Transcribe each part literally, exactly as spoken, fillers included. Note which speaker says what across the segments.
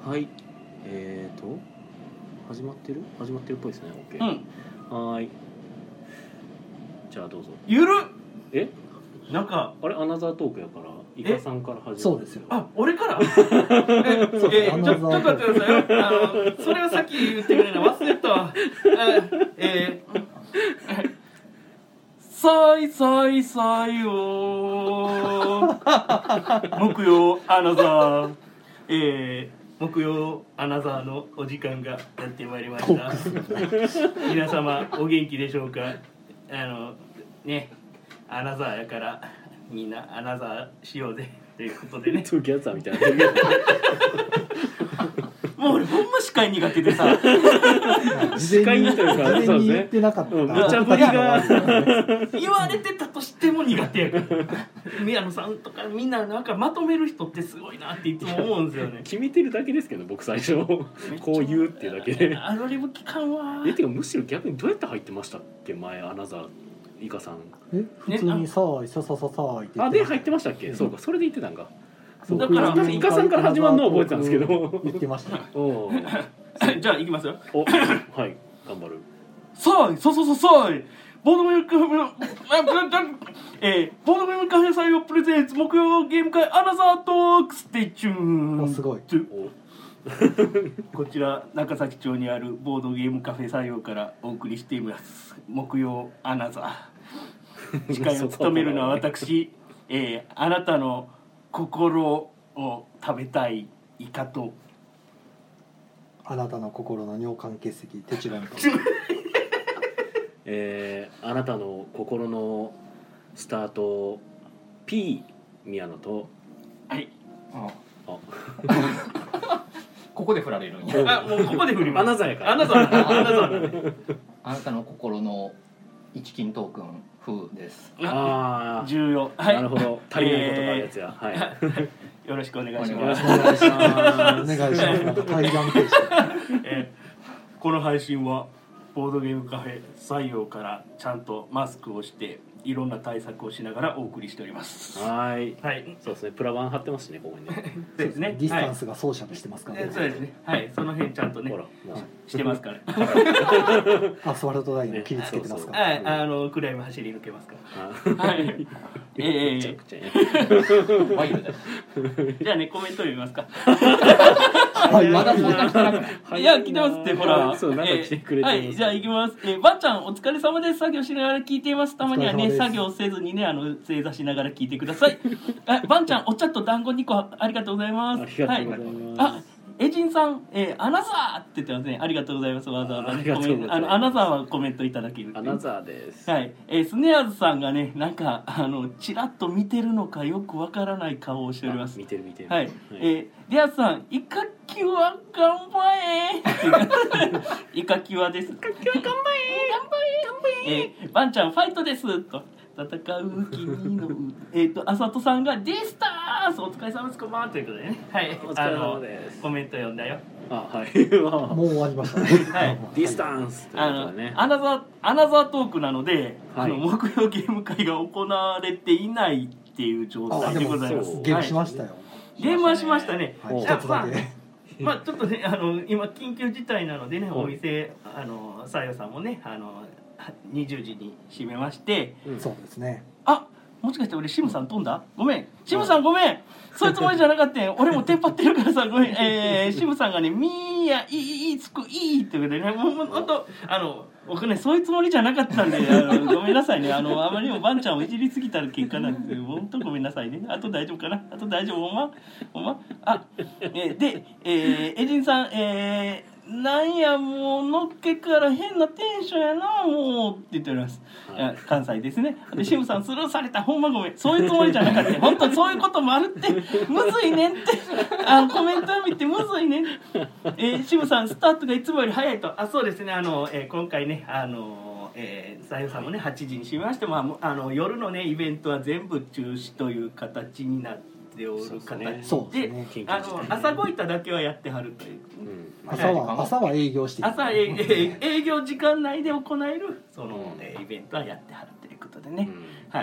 Speaker 1: はい、えーと始まってる始まってるっぽいですね。 OK、うん、はーい、じゃあどうぞ。
Speaker 2: ゆる
Speaker 1: え
Speaker 2: なんか
Speaker 1: あれアナザートークやからイカさんから始まる。
Speaker 3: そうですよ。
Speaker 2: あ、俺からえ、え、ちょ、ちょっと待ってくださいよ。あの、それをさっき言ってくれるの忘れたわ。えー、さいさいさいよ木曜アナザー、えー、木曜アナザーのお時間がやってまいりました。皆様お元気でしょうか。あのね、アナザーやからみんなアナザーしようぜということでね。
Speaker 1: トゥーキャッツァーみたいな
Speaker 2: もう俺ほんま司会苦手でさ
Speaker 1: 司会にというか
Speaker 3: 事前に言ってなかった。
Speaker 1: 無茶ぶりが
Speaker 2: 言われてたとしても苦手やから宮野さんとかみんななんかまとめる人ってすごいなっていつも思うんですよね。
Speaker 1: 決めてるだけですけど僕最初こう言うっていうだけで
Speaker 2: アドリブ期間は
Speaker 1: えてかむしろ逆にどうやって入ってましたっけ前アナザーイカさん。
Speaker 3: え普通にさーいささささーいって言
Speaker 1: あ
Speaker 3: って
Speaker 1: で入ってましたっけ、うん、そうかそれで言ってたんか。
Speaker 2: だから
Speaker 1: イカさんから始まるのは覚えてたんですけど
Speaker 3: 言ってました
Speaker 2: おじゃあ行きますよ。
Speaker 1: おはい頑張る。
Speaker 2: さあいささささいボードゲームカフェえー、ボードゲームカフェ採用プレゼンツ木曜ゲーム会アナザートークステイチューン。
Speaker 3: あすごい
Speaker 2: こちら中崎町にあるボードゲームカフェ採用からお送りしています木曜アナザー。司会を務めるのは私、えー、あなたの心を食べたいイカと
Speaker 3: あなたの心の尿管結石テチロンと
Speaker 1: えー、あなたの心のスタート P 宮野と
Speaker 2: はい
Speaker 4: あ
Speaker 1: あ
Speaker 4: ここで振られるんや。
Speaker 2: あもうここで振ります。
Speaker 1: アナザーやから
Speaker 2: アナザーアナザーね
Speaker 4: あなたの心の一金トークン風です。
Speaker 1: あ
Speaker 2: 重要、はい、
Speaker 1: なるほど足りないことがあるやつや、えー、はい
Speaker 2: よろしくお願いします。
Speaker 3: お願いしますお願いしますなんか対談形式、
Speaker 2: えー、この配信はボードゲームカフェ採用からちゃんとマスクをしていろんな対策をしながらお送りしております。
Speaker 1: はい、
Speaker 2: はい、
Speaker 1: そうですね。プラ板貼ってますねここにね。
Speaker 2: そうですね。
Speaker 3: ディスタンスがソーシャルしてますからね。
Speaker 2: はい、そうですね。はい、その辺ちゃんとね
Speaker 1: ほら
Speaker 2: してますから。
Speaker 3: アスファルトラインを切りつけてますから。
Speaker 2: はい、あの暗闇走り抜けますから。はい。ええー。
Speaker 4: ワイルドだ。
Speaker 2: じゃあねコメント読みますか。
Speaker 3: はい、
Speaker 4: まだそんな来てなくない。
Speaker 2: いや来てますってほら。
Speaker 1: そうなんか来てくれてます。
Speaker 2: はい、じゃあ行きます。えー、ばんちゃんお疲れ様です。作業しながら聞いています。たまにはね作業せずにねあの正座しながら聞いてください。あ、ばんちゃんお茶と団子にこありがとうございます。
Speaker 1: ありがとうございます。
Speaker 2: はい、あ、エジンさん、えー、アナザーって言ってますね。ありがとうございます。わざわざ、ね、コメントあのアナザーはコメントいただける。
Speaker 1: アナザーです。
Speaker 2: はい、えー、スネアーズさんがねなんかあのチラッと見てるのかよくわからない顔をしております。
Speaker 1: 見てる見てる。
Speaker 2: はい、はい、えー、リアさんイカキュア頑張れイカキュアです。イカキュア頑張れ頑張れ頑張れ。えー、バンちゃんファイトですと。戦う君のえっとあさとさんがディスタンスお疲れ様ですこんばんはということでね、はい、
Speaker 1: お疲れ様です。
Speaker 2: コメント読んだよ。
Speaker 1: あ、はい。
Speaker 3: もう終わりましたね。
Speaker 2: はい、
Speaker 1: ディスタンスということでね。
Speaker 2: アナザーアナザートークなので、
Speaker 1: はい、
Speaker 2: あの木曜ゲーム会が行われていないっていう状態でございます。
Speaker 3: ゲームしましたよ。
Speaker 2: はい、ゲームはしましたね。
Speaker 3: はい、一つだけ。
Speaker 2: まあちょっとねあの今緊急事態なのでね、お店あのさよさんもねあのにじゅうじに閉めまして、
Speaker 3: うん、そうですね。
Speaker 2: あ、もしかして俺シムさん飛んだ？ごめんシムさんごめんそういうつもりじゃなかったん俺もテンパってるからさごめん、えー、シムさんがねミーヤいいいつくいいってことでねもうほんとあの僕ねそういうつもりじゃなかったんであのごめんなさいねあのあまりにもバンちゃんをいじりすぎた結果なんでほんとごめんなさいね。あと大丈夫かなあと大丈夫ほんまほんまあ、えー、で、えー、エジンさんえーなんやもうのっけから変なテンションやなもうって言っております、はい、関西ですね。でシムさんスルーされたほんまごめんそういうつもりじゃなかった本当そういうこともあるってむずいねんってあのコメントを見てむずいねん、えー、シムさんスタートがいつもより早いと。あそうですねあの、えー、今回ねあのえー、さゆさんもねはちじに閉めまして、まあ、あの夜のねイベントは全部中止という形になってでおる形で、
Speaker 3: そうですね、
Speaker 2: あの朝ごいただけはやってはるという、
Speaker 1: うん、
Speaker 3: 朝は朝は営業して
Speaker 2: 朝営営業時間内で行えるその、うん、イベントはやってはるということでね、うん、はい、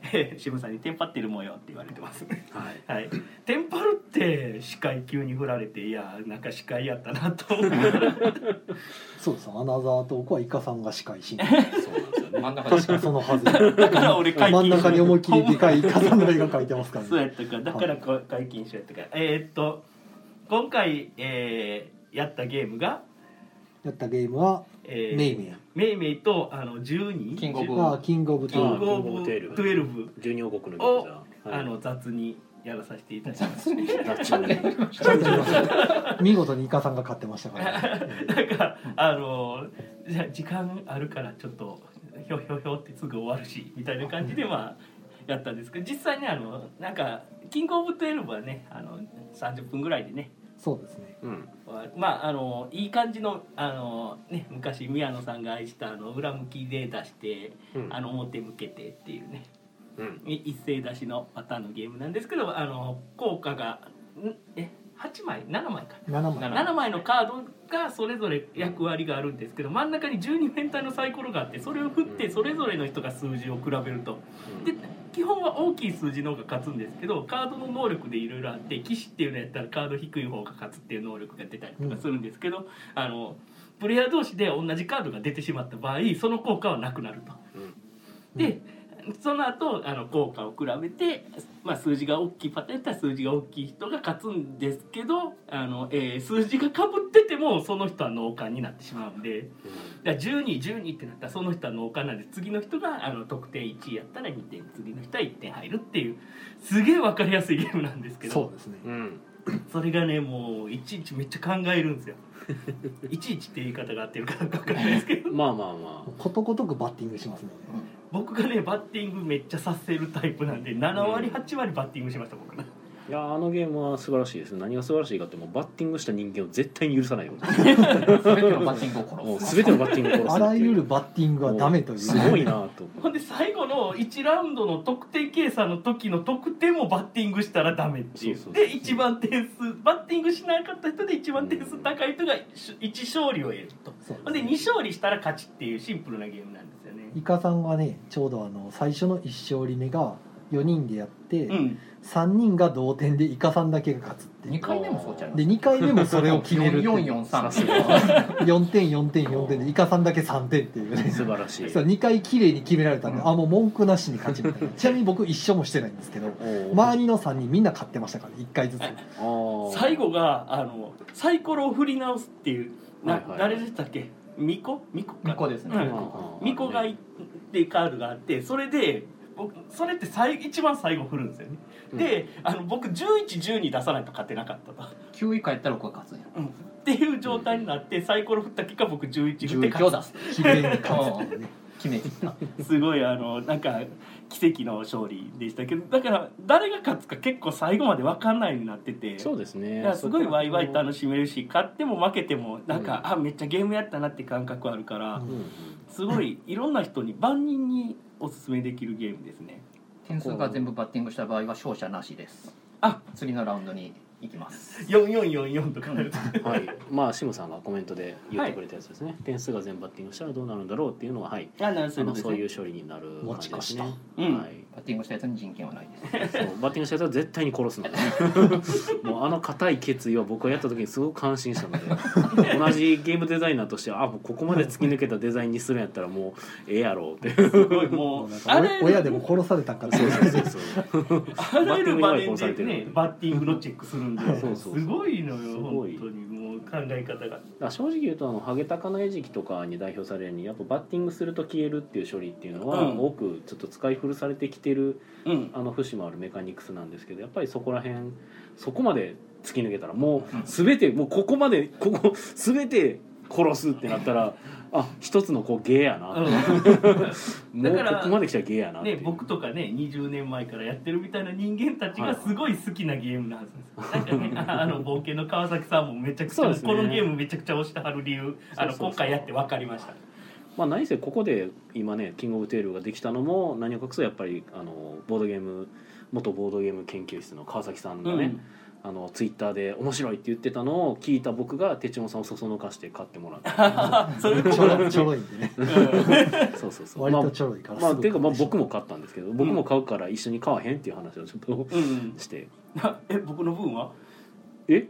Speaker 2: えー、シムさんにテンパってる模様って言われてますね。
Speaker 1: はい
Speaker 2: はい。テンパるって司会急に振られていやなんか司会やったなと思う。
Speaker 3: そうです。アナザートークはイカさんが司会し、
Speaker 1: そうなんですよね。
Speaker 4: 真ん中
Speaker 3: 確かそのはず。
Speaker 2: だから俺解禁
Speaker 3: 真ん中に思いっきりでかいイカさんの絵が描いてますからね。
Speaker 2: そうやったかだからこ解禁しやったから、えー、っと今回、えー、やったゲームが
Speaker 3: やったゲームは、
Speaker 2: えー、
Speaker 3: メイメイ
Speaker 2: メイメイとあのじゅうに
Speaker 4: キングオブ
Speaker 3: あキングオブト
Speaker 2: キング
Speaker 3: ゥ
Speaker 2: オブじゅうに
Speaker 1: 十二王国のゲームじゃん。
Speaker 2: あの雑にやらさせていただきまし
Speaker 1: 雑に
Speaker 3: 見事にイカさんが勝ってましたから、ね。
Speaker 2: た。なんかあのじゃあ時間あるからちょっとひょひょひょってすぐ終わるしみたいな感じでまあやったんですけど実際にあのなんかキングオブじゅうにはねあのさんじゅっぷんぐらいでね。
Speaker 3: そうですね。
Speaker 1: うん。
Speaker 2: まああのいい感じのあのね昔宮野さんが愛したあの裏向きで出して、うん、あの表向けてっていうね、うん、一斉出しのパターンのゲームなんですけどあの効果がえはちまいななまいか
Speaker 3: ななまい
Speaker 2: ななまいのカードがそれぞれ役割があるんですけど真ん中にじゅうに面体のサイコロがあってそれを振ってそれぞれの人が数字を比べると。で基本は大きい数字の方が勝つんですけどカードの能力でいろいろあって騎士っていうのやったらカード低い方が勝つっていう能力が出たりとかするんですけど、うん、あのプレイヤー同士で同じカードが出てしまった場合その効果はなくなると。うん、でその後あの効果を比べて、まあ、数字が大きいパターンやったら数字が大きい人が勝つんですけどあの、えー、数字が被っててもその人は脳幹になってしまうんで、うん、じゅうに、じゅうにってなったらその人は脳幹なんで次の人があの得点いちいやったらにてん次の人はいってん入るっていうすげえ分かりやすいゲームなんですけど
Speaker 3: そうですね、
Speaker 2: うん、それがねもういちいちめっちゃ考えるんですよ。いちいちって言い方が合ってるかどうか分かんないですけど
Speaker 1: まあまあまあ
Speaker 3: ことごとくバッティングしますね、
Speaker 2: うん、僕がねバッティングめっちゃさせるタイプなんでななわりはちわりバッティングしました僕ね。
Speaker 1: いやあのゲームは素晴らしいです。何が素晴らしいかってもうバッティングした人間を絶対に許さないよ。
Speaker 4: 全てのバッティングを殺す。
Speaker 1: 全てのバッティングを殺す。
Speaker 3: あらゆるバッティングはダメという。
Speaker 1: すごいなと。
Speaker 2: ほんで最後のいちラウンドの得点計算の時の得点もバッティングしたらダメっていう。で一番点数バッティングしなかった人で一番点数高い人がいち勝利を得ると。ほんでに勝利したら勝ちっていうシンプルなゲームなんですよね。
Speaker 3: イカさんはねちょうどあの最初のいち勝利目がよにんでやって、うん、さんにんが同点でイカさんだけが勝つっていう。
Speaker 4: にかいめもそうちゃいます。
Speaker 3: でにかいめもそれを決めるっていう。
Speaker 4: よんよんさん
Speaker 3: よんてんよんてんよんてんでイカさんだけさんてんっていうね。
Speaker 1: 素晴らしい。
Speaker 3: そうにかい綺麗に決められたんで、うん、あもう文句なしに勝ちみたいな。ちなみに僕一勝もしてないんですけど、周りのさんにんみんな勝ってましたからいっかいずつ。
Speaker 2: 最後があのサイコロを振り直すっていうな、はいはい、誰でしたっけ？ミコ？ミコか。
Speaker 4: ミコですね。
Speaker 2: うん、ミコがいってカードがあってそれで。僕それって最一番最後振るんですよね、うん、であの僕じゅういち、じゅうに出さないと勝てなかったと
Speaker 4: きゅういかやったら僕が勝つんや、
Speaker 2: うん、っていう状態になってサイコロ振った結果僕じゅういち振って勝つ
Speaker 3: 決めに勝つね
Speaker 4: 決めきった
Speaker 2: すごいあのなんか奇跡の勝利でしたけどだから誰が勝つか結構最後まで分かんないようになってて
Speaker 1: そうですね
Speaker 2: だからすごいワイワイ楽しめるし勝っても負けてもなんか、うん、あめっちゃゲームやったなって感覚あるから、うん、すごいいろんな人に万人におすすめできるゲームですね。
Speaker 4: 点数が全部バッティングした場合は勝者なしです。
Speaker 2: あ
Speaker 4: 次のラウンドに行きます。
Speaker 2: よんよんよんよんとかなると
Speaker 1: はい。まあシムさんがコメントで言ってくれたやつですね。はい、点数が全部バッティングしたらどうなるんだろうっていうのははい。
Speaker 2: あなるほど、
Speaker 1: ね、そういう処理になる
Speaker 3: 持ち越した。
Speaker 2: うん、
Speaker 1: はい。
Speaker 4: バッティングしたやつに人権はないです。
Speaker 1: そうバッティングしたやつは絶対に殺すので。もうあの固い決意は僕がやった時にすごく感心したので、同じゲームデザイナーとしてはあもうここまで突き抜けたデザインにするんやったらもうええやろうって。
Speaker 2: すごいもう
Speaker 3: あれ親でも殺されたから。
Speaker 1: そうそうそうそう。
Speaker 2: あらゆる場面でねバッティングのチェックするんで。
Speaker 1: そうそうそう。
Speaker 2: すごいのよ本当にもう考え方が。
Speaker 1: だ正直言うとあのハゲタカの餌食とかに代表されるようにやっぱバッティングすると消えるっていう処理っていうのは、うん、多くちょっと使い古されてきてる、うん、あの節もあるメカニクスなんですけどやっぱりそこら辺そこまで突き抜けたらもう全てもうここまでここ全て殺すってなったらあ一つのこう芸やな、うん、もうここまで来たら芸やなって、
Speaker 2: ね、僕とかねにじゅうねんまえからやってるみたいな人間たちがすごい好きなゲームなんですよ、はい、なんかねあの冒険の川崎さんもめちゃくちゃ、ね、このゲームめちゃくちゃ推してはる理由あの今回やって分かりました。
Speaker 1: まあ、何せここで今ねキングオブテールができたのも何を隠そうやっぱりあのボードゲーム元ボードゲーム研究室の川崎さんがね、 あのツイッターで面白いって言ってたのを聞いた僕が手帳さんをそそのかして買ってもらった
Speaker 2: そういう
Speaker 3: ちょろちょろいんでね
Speaker 1: そうそうそう
Speaker 3: 割とちょろいから
Speaker 1: まあ、まあ、ていうかまあ僕
Speaker 3: も
Speaker 1: も買ったんですけど、僕も買うから一緒に買わへんっていう話をちょっと、うん、して
Speaker 2: え僕の分は
Speaker 1: え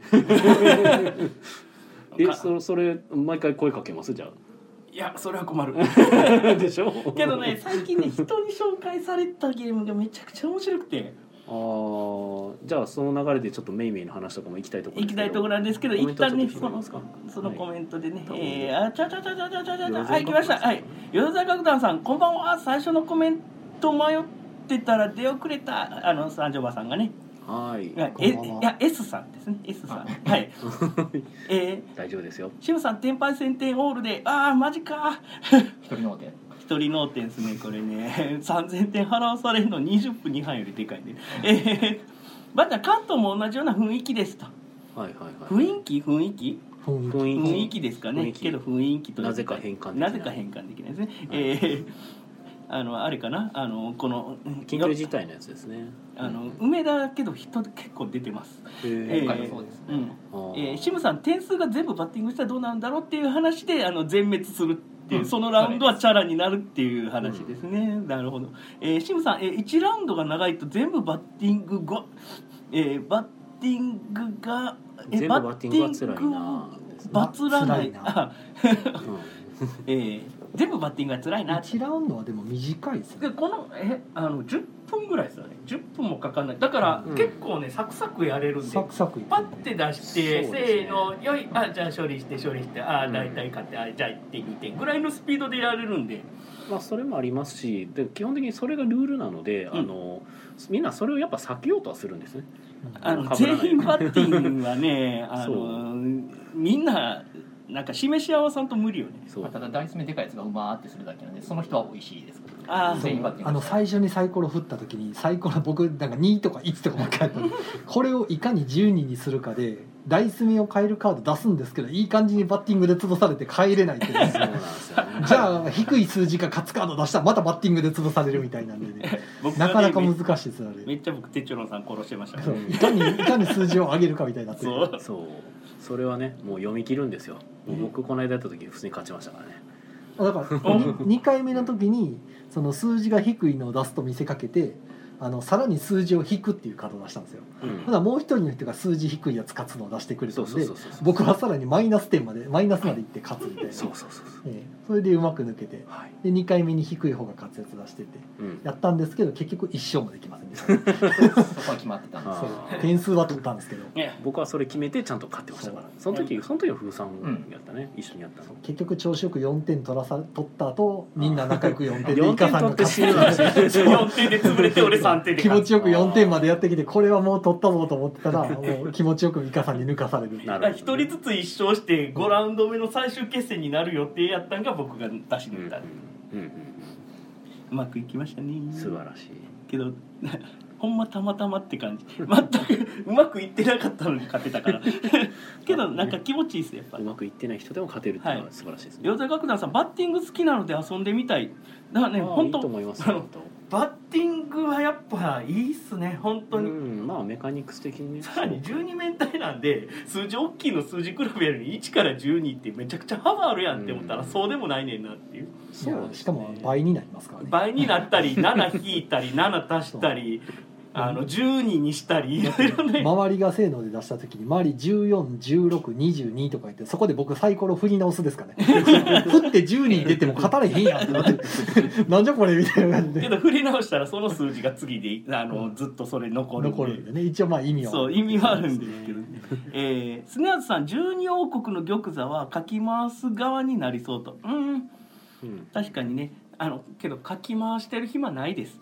Speaker 1: え そ, それ毎回声かけますじゃあ
Speaker 2: いやそれは困る
Speaker 1: でしょ
Speaker 2: けどね最近ね人に紹介されたゲームがめちゃくちゃ面白くて
Speaker 1: あじゃあその流れでちょっとメイメイの話とかも行きたいところ
Speaker 2: 行きたいところなんですけど一旦ねそのその
Speaker 1: はい、
Speaker 2: コメントでね、えー、あちゃちゃちゃちゃちゃちゃちゃちゃはい来ましたはい淀沢楽団さんこんばんは最初のコメント迷ってたら出遅れたあの三条馬さんがね
Speaker 1: はい
Speaker 2: いやえいや S さんですね S さんはいえー、
Speaker 1: 大丈夫ですよ
Speaker 2: シムさん天敗戦点オールでああマジか
Speaker 4: 一人脳天
Speaker 2: 一人脳天ですねこれねさんぜんてん払わされるのにじゅっぷんに半よりでかいねえー、また関東も同じような雰囲気ですと
Speaker 1: はいはいはい
Speaker 2: 雰囲気雰囲気
Speaker 1: 雰囲気
Speaker 2: 雰囲気ですかね
Speaker 1: 雰囲気
Speaker 2: けど雰囲気と
Speaker 1: なぜか変換でき
Speaker 2: な
Speaker 1: ない
Speaker 2: ぜか変換できないですね、
Speaker 1: はい、
Speaker 2: えーあのあれかなあのこの
Speaker 1: 緊急事態のやつですね
Speaker 2: あの梅田だけど人結構出てます
Speaker 1: へ
Speaker 2: え
Speaker 4: 今回もそうですね、
Speaker 2: うんえー、シムさん点数が全部バッティングしたらどうなんだろうっていう話であの全滅するっていう、うん、そのラウンドはチャラになるっていう話ですね、うん、なるほど、えー、シムさん、えー、いちラウンドが長いと全部バッティングが、えー、バッティングが、
Speaker 1: えー、全部バッティングは辛いな
Speaker 2: バツらない
Speaker 3: な
Speaker 2: えー、全部バッティングが辛いな。
Speaker 3: いちラウンドはでも短いですね。
Speaker 2: でこのえあのじゅっぷんぐらいですよね。じゅっぷんもかかんない。だから、うん、結構ねサクサクやれるんで。
Speaker 3: サクサク、ね、
Speaker 2: パッて出して、ね、せーのよいあじゃあ処理して処理してああ大体勝って、うん、あじゃあいってんにてんぐらいのスピードでやれるんで。
Speaker 1: まあそれもありますし、で基本的にそれがルールなので、うん、あのみんなそれをやっぱ避けようとはするんですね。
Speaker 2: あの全員バッティングはねあのみんな。なんか示し合わさんと無理よね。
Speaker 4: そう、ただダイス目でかいやつがうまーってするだけなんでその人は美味しいです。
Speaker 2: あ
Speaker 3: あの最初にサイコロ振った時にサイコロ僕なんかにとかいちとかばっかりこれをいかにじゅうににするかでダイス目を変えるカード出すんですけどいい感じにバッティングで潰されて変えれないっていうね、じゃあ低い数字が勝つカード出したらまたバッティングで潰されるみたいなんでねなかなか難しいですよね。
Speaker 2: めっちゃ僕テチョロンさん殺してました
Speaker 3: ね。いかにいかに数字を上げるかみたいになってる。
Speaker 1: そうそうそれはねもう読み切るんですよ。もう僕この間やった時普通に勝ちましたからね。
Speaker 3: だからにかいめの時にその数字が低いのを出すと見せかけてあのさらに数字を引くっていうカードを出したんですよ、うん、ただもう一人の人が数字低いやつ勝つのを出してくれたので僕はさらにマイナス点までマイナスまでいって勝つみたいなそうそうそうそう、えー、それでうまく抜けて、はい、でにかいめに低い方が勝つやつ出してて、うん、やったんですけど結局一勝もできませんでしたそ
Speaker 4: こは決まってたんです
Speaker 3: そう点数は取ったんですけど
Speaker 1: 僕はそれ決めてちゃんと勝ってましたからその時その時は風さんやったね、うん、一緒にやったの
Speaker 3: 結局調子よくよんてん取らさ取った後みんな仲良くよんてんでイカさんが勝って
Speaker 2: よんてんで潰れて俺さんてんで
Speaker 3: 気持ちよくよんてんまでやってきてこれはもう取ったぞと思ってたらもう気持ちよくイカさんに抜かされる
Speaker 2: 一人ずつ一勝してごラウンド目の最終決戦になる予定やったんが僕が出し抜いた、うんうんうん、うまくいきましたね。
Speaker 1: 素晴らしい
Speaker 2: けどほんまたまたまって感じ全くうまくいってなかったのに勝てたからけどなんか気持ちいいですやっぱり
Speaker 1: うまくいってない人でも勝てるっていうのは素晴らしいですね。
Speaker 2: 淀沢楽団さんバッティング好きなので遊んでみたいだからね本当バッティングはやっぱいいっすね本当に、
Speaker 1: うん、まあメカニクス的にね
Speaker 2: さらにじゅうに面体なんで数字大きいの数字比べるにいちからじゅうにってめちゃくちゃ幅あるやんって思ったらそうでもないねんなっていう、
Speaker 3: そうですね、しかも倍になりますからね
Speaker 2: 倍になったりなな引いたりなな足したりあのじゅうににしたりいろいろね
Speaker 3: 周りがせーので出した時に周りじゅうよん、じゅうろく、にじゅうにとか言ってそこで僕サイコロ振り直すですかね振ってじゅうに出ても勝たれへんやんってなってなんじゃこれみたいな感じで
Speaker 2: けど振り直したらその数字が次であのずっとそれ残るんで
Speaker 3: 残るんでね一応まあ意味は
Speaker 2: そう意味はあるんですけどねえー、スネアズさんじゅうに王国の玉座はかき回す側になりそうとうん、うん、確かにねあのけどかき回してる暇ないです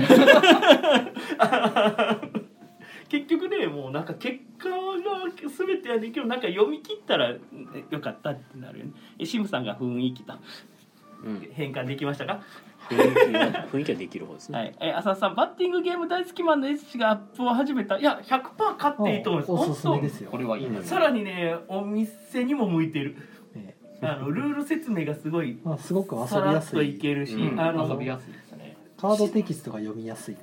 Speaker 2: 結局ねもうなんか結果が全てやねんけどなんか読み切ったらよかったってなるよね。えシムさんが雰囲気と、うん、変換できましたか？
Speaker 1: 雰囲気は雰囲気はできる方ですね。
Speaker 2: はい。え浅田さんバッティングゲーム大好きマンの S 氏がアップを始めた。いや ひゃくパーセント 勝っていいと思います。
Speaker 3: おすすめですよ。
Speaker 4: これはいいね。
Speaker 2: さらにねお店にも向いてる。ねあのルール説明がすごい、
Speaker 3: まあ、すごく遊びやすい。
Speaker 2: さらっといけるし、
Speaker 4: うん、
Speaker 2: あの
Speaker 4: 遊びやすいですね。
Speaker 3: カードテキストが読みやすいんで。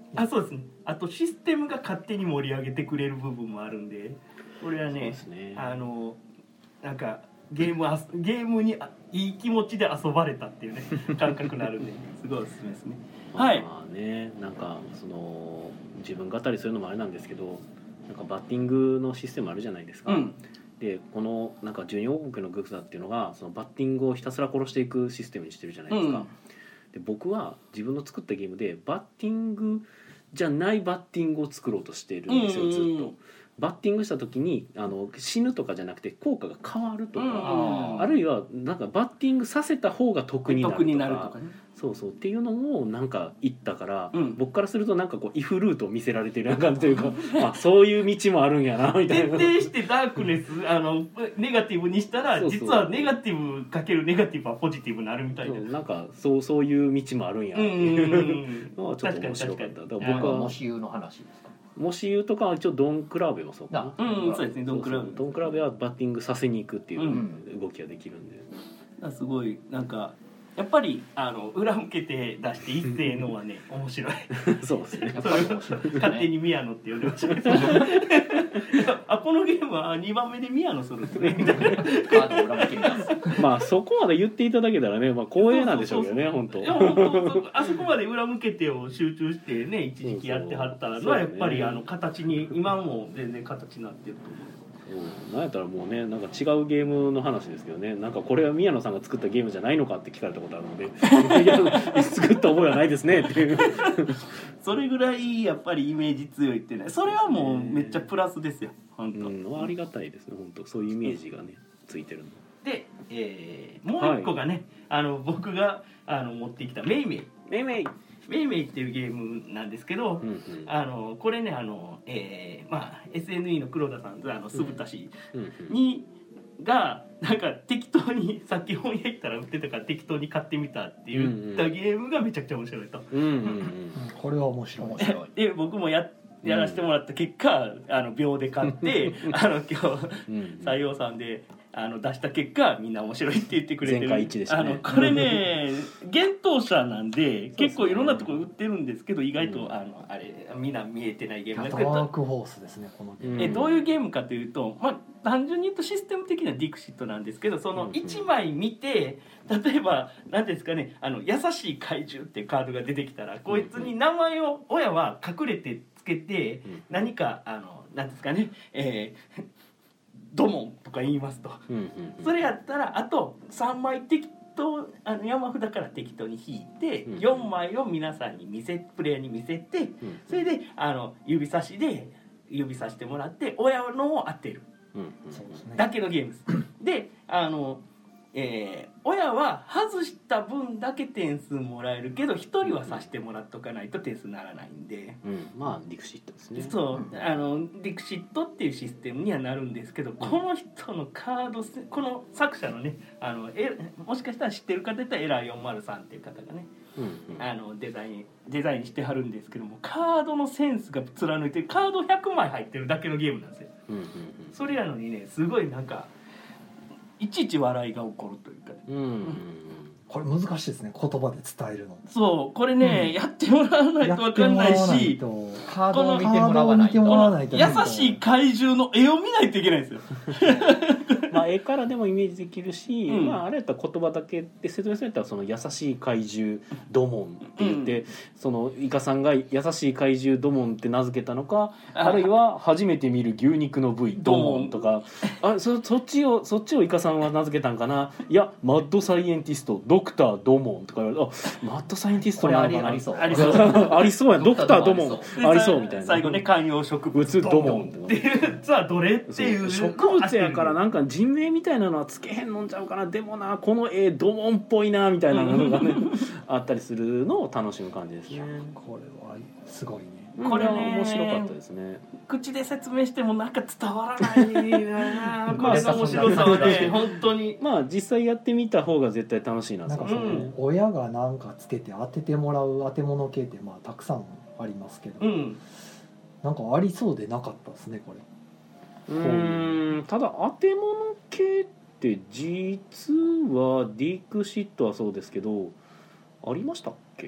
Speaker 2: あそうですね。あとシステムが勝手に盛り上げてくれる部分もあるんで、これはね、
Speaker 1: ね
Speaker 2: あのなんかゲームあゲームにいい気持ちで遊ばれたっていうね感覚になるんですごいおすすめですね。はい。
Speaker 1: まあね、なんかその自分語りするのもあれなんですけど、なんかバッティングのシステムあるじゃないですか。うん、でこのなんかジュニア王国のグクザっていうのがそのバッティングをひたすら殺していくシステムにしてるじゃないですか。うん、で僕は自分の作ったゲームでバッティングじゃないバッティングを作ろうとしてるんですよ、うんうん、ずっと。バッティングした時にあの死ぬとかじゃなくて効果が変わるとか、うん、あるいはなんかバッティングさせた方が得になるとか、
Speaker 2: なるとかね、
Speaker 1: そうそうっていうのもなんか言ったから、うん、僕からするとなんかこうイフルートを見せられてるような感じというかあそういう道もあるんやなみたいな。
Speaker 2: 徹底してダークネスあのネガティブにしたらそうそう実はネガティブかけるネガティブはポジティブになるみたいな、
Speaker 1: なんかそうそういう道もあるんやっていうのはちょっと面白かった。だから僕は
Speaker 4: もし言うの話ですか。
Speaker 1: もし言うとかは一応ドンクラーベもそうか
Speaker 2: な。うん、そうですね。ドンクラーベ。
Speaker 1: ドンクラーベはバッティングさせに行くっていう動きができるんで。
Speaker 2: うん、すごいなんかやっぱりあの裏向けて出して一斉のはね面白い。
Speaker 1: そうですね。
Speaker 2: それを勝手に宮野って呼んでました。あこのゲームはにばんめで宮野するんですねみたいな。カードを裏向けに出
Speaker 1: す。まあそこまで言っていただけたらね、まあ光栄なんでしょうけどね本当。
Speaker 2: いや本当あそこまで裏向けてを集中してね一時期やってはったのはやっぱりあの形に今も全然形になってると思う。
Speaker 1: うん、なんやったらもうねなんか違うゲームの話ですけどね、なんかこれは宮野さんが作ったゲームじゃないのかって聞かれたことあるのでいや作った覚えはないですねっていう
Speaker 2: それぐらいやっぱりイメージ強いってね、それはもうめっちゃプラスですよ本当、
Speaker 1: うん、ありがたいですね本当そういうイメージがねついてるの
Speaker 2: で、えー、もう一個がね、はい、あの僕があの持ってきたメイメイ
Speaker 1: メイメイ
Speaker 2: メイメイっていうゲームなんですけど、うんうん、あのこれねあの、えーまあ、エスエヌイー の黒田さんとあの酢豚氏に、うんうん、がなんか適当にさっき本屋行ったら売ってたから適当に買ってみたって言ったゲームがめちゃくちゃ面白いと、うんうんうん、
Speaker 3: これは面白い面白
Speaker 2: いで僕もややらせてもらった結果、うん、あの秒で買ってあの今日採用さんであの出した結果みんな面白いって言ってくれてる。
Speaker 1: 前回一でしたね。
Speaker 2: あのこれね幻冬舎なんで結構いろんなところ売ってるんですけど意外と、うん、あのあれみんな見えてないゲームですけど
Speaker 3: ダークホースですねこのゲーム。
Speaker 2: えどういうゲームかというと、まあ、単純に言うとシステム的にはディクシットなんですけどそのいちまい見て例えば何ですかねあの優しい怪獣っていうカードが出てきたらこいつに名前を親は隠れてつけて何かあの何ですかねえードモンとか言いますと、うんうんうん、それやったらあとさんまい適当あの山札から適当に引いて、うんうん、よんまいを皆さんに見せプレイヤーに見せて、うんうん、それであの指差しで指さしてもらって親のを当てる、うんうん、だけのゲームです。であのえー、親は外した分だけ点数もらえるけどひとりはさしてもらっとかないと点数にならないんで、
Speaker 1: うん、まあディクシットですね。
Speaker 2: そうあのディクシットっていうシステムにはなるんですけど、うん、この人のカードこの作者のねあのえもしかしたら知ってる方だったらエラーよんまるさんっていう方がね、うんうん、あのデザインデザインしてはるんですけどもカードのセンスが貫いてるカードひゃくまい入ってるだけのゲームなんですよ、うんうんうん、それやのにねすごいなんかいちいち笑いが起こるというか、ねうんうん、
Speaker 3: これ難しいですね言葉で伝えるの。
Speaker 2: そうこれね、うん、やってもらわないと分かんないし
Speaker 4: カードを見てもらわないと
Speaker 2: 優しい怪獣の絵を見ないといけないんですよ
Speaker 1: まあ絵からでもイメージできるし、うんまあ、あれやったら言葉だけで説明するんやったらその優しい怪獣ドモンって言って、うん、そのイカさんが優しい怪獣ドモンって名付けたのか あ, あるいは初めて見る牛肉の部位ドモンとかあ そ, そっちをそっちをイカさんは名付けたんかないやマッドサイエンティストドクタードモンとか言われてあマッドサイエンティストなのかな
Speaker 4: ありそう
Speaker 2: ありそう
Speaker 1: ありそうやドクタードモンありそうみたいな
Speaker 2: 最後ね観葉植物ドモンっていうさあどれっていう
Speaker 1: 植物やからなんか人名みたいなのはつけへんのんちゃうかなでもなこの絵ドモンっぽいなみたいなのがねあったりするのを楽しむ感じですね。
Speaker 3: これはすごいね。
Speaker 2: これね
Speaker 1: 面白かったですね。
Speaker 2: 口で説明してもなんか伝わらないなこれの面白さはね本当に
Speaker 1: まあ実際やってみた方が絶対楽しいな。
Speaker 3: なんかその、うん、親がなんかつけて当ててもらう当て物系ってまあたくさんありますけど、うん、なんかありそうでなかったですねこれ。
Speaker 1: うーんただ当て物系って実はディクシットはそうですけどありましたっけ？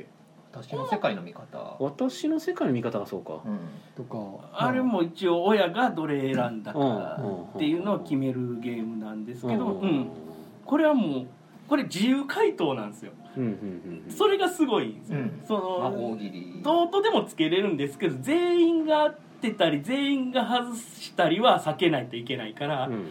Speaker 4: 私の世界の見方、
Speaker 1: 私の世界の見方がそうか、
Speaker 4: うん、
Speaker 3: とか
Speaker 2: あれも一応親がどれ選んだ
Speaker 1: うん
Speaker 2: かっていうのを決めるゲームなんですけど、
Speaker 1: うん
Speaker 2: うん、これはもうこれ自由回答なんですよ。
Speaker 1: うんうんうんうん、
Speaker 2: それがすごいんですよ、
Speaker 4: うん
Speaker 2: そ
Speaker 4: まあ、
Speaker 2: の
Speaker 4: 大喜利
Speaker 2: どうとでもつけれるんですけど全員が合ってたり全員が外したりは避けないといけないから、
Speaker 1: うんうん、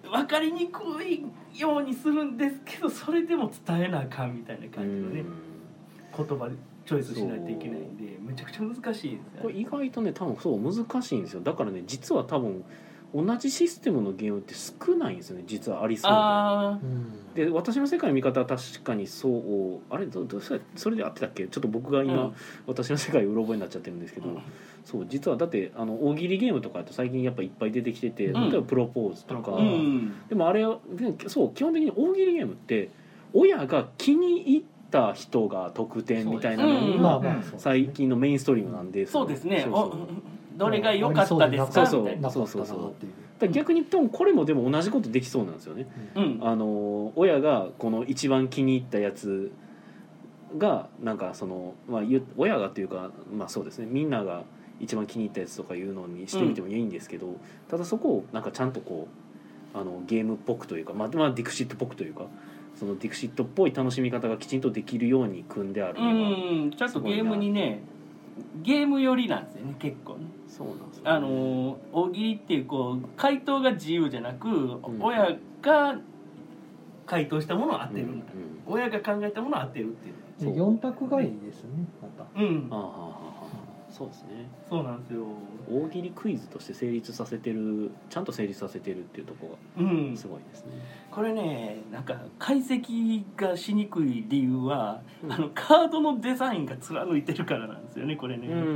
Speaker 2: 分かりにくいようにするんですけどそれでも伝えなあかんみたいな感じのね、
Speaker 1: うん
Speaker 2: 言葉チョイスしないといけないんでめちゃくちゃ難しいんですよ
Speaker 1: これ意外とね多分そう難しいんですよ。だからね実は多分同じシステムのゲームって少ないんですよね実はありそう
Speaker 2: あ
Speaker 1: で。で私の世界の見方は確かにそうあれどどそれそれで合ってたっけちょっと僕が今、うん、私の世界うろ覚えになっちゃってるんですけど、うん、そう実はだってあの大喜利ゲームとかだと最近やっぱいっぱい出てきてて、うん、例えばプロポーズとか、うん、でもあれそう基本的に大喜利ゲームって親が気に入った人が得点みたいなのが最近のメインストリームなんで、
Speaker 2: そうですね。そうそうどれが良かったですかみたいな。
Speaker 1: そうそうそう。だ逆に多分これもでも同じことできそうなんですよね。うん、あの親がこの一番気に入ったやつがなんかそのまあ親がというかまあそうですねみんなが一番気に入ったやつとかいうのにしてみてもいいんですけど、うん、ただそこをなんかちゃんとこうあのゲームっぽくというかまあまあディクシットっぽくというか。そのディクシットっぽい楽しみ方がきちんとできるように組んであるのが
Speaker 2: うんちゃんとゲームにねゲーム寄りなんですよね結構ね。
Speaker 1: そうなんですよね。
Speaker 2: あの大喜利っていうこう回答が自由じゃなく、うん、親が回答したものを当てる、うんうん、親が考えたものを当てるっていう。
Speaker 3: よん択がいいですねまた。
Speaker 2: うん。
Speaker 1: ああはあはあ、そうですね。
Speaker 2: そうなんですよ。
Speaker 1: 大喜利クイズとして成立させてるちゃんと成立させてるっていうところがすごいですね、
Speaker 2: うん、これねなんか解析がしにくい理由は、うん、あのカードのデザインが貫いてるからなんですよねこれね。
Speaker 1: うんうんうん、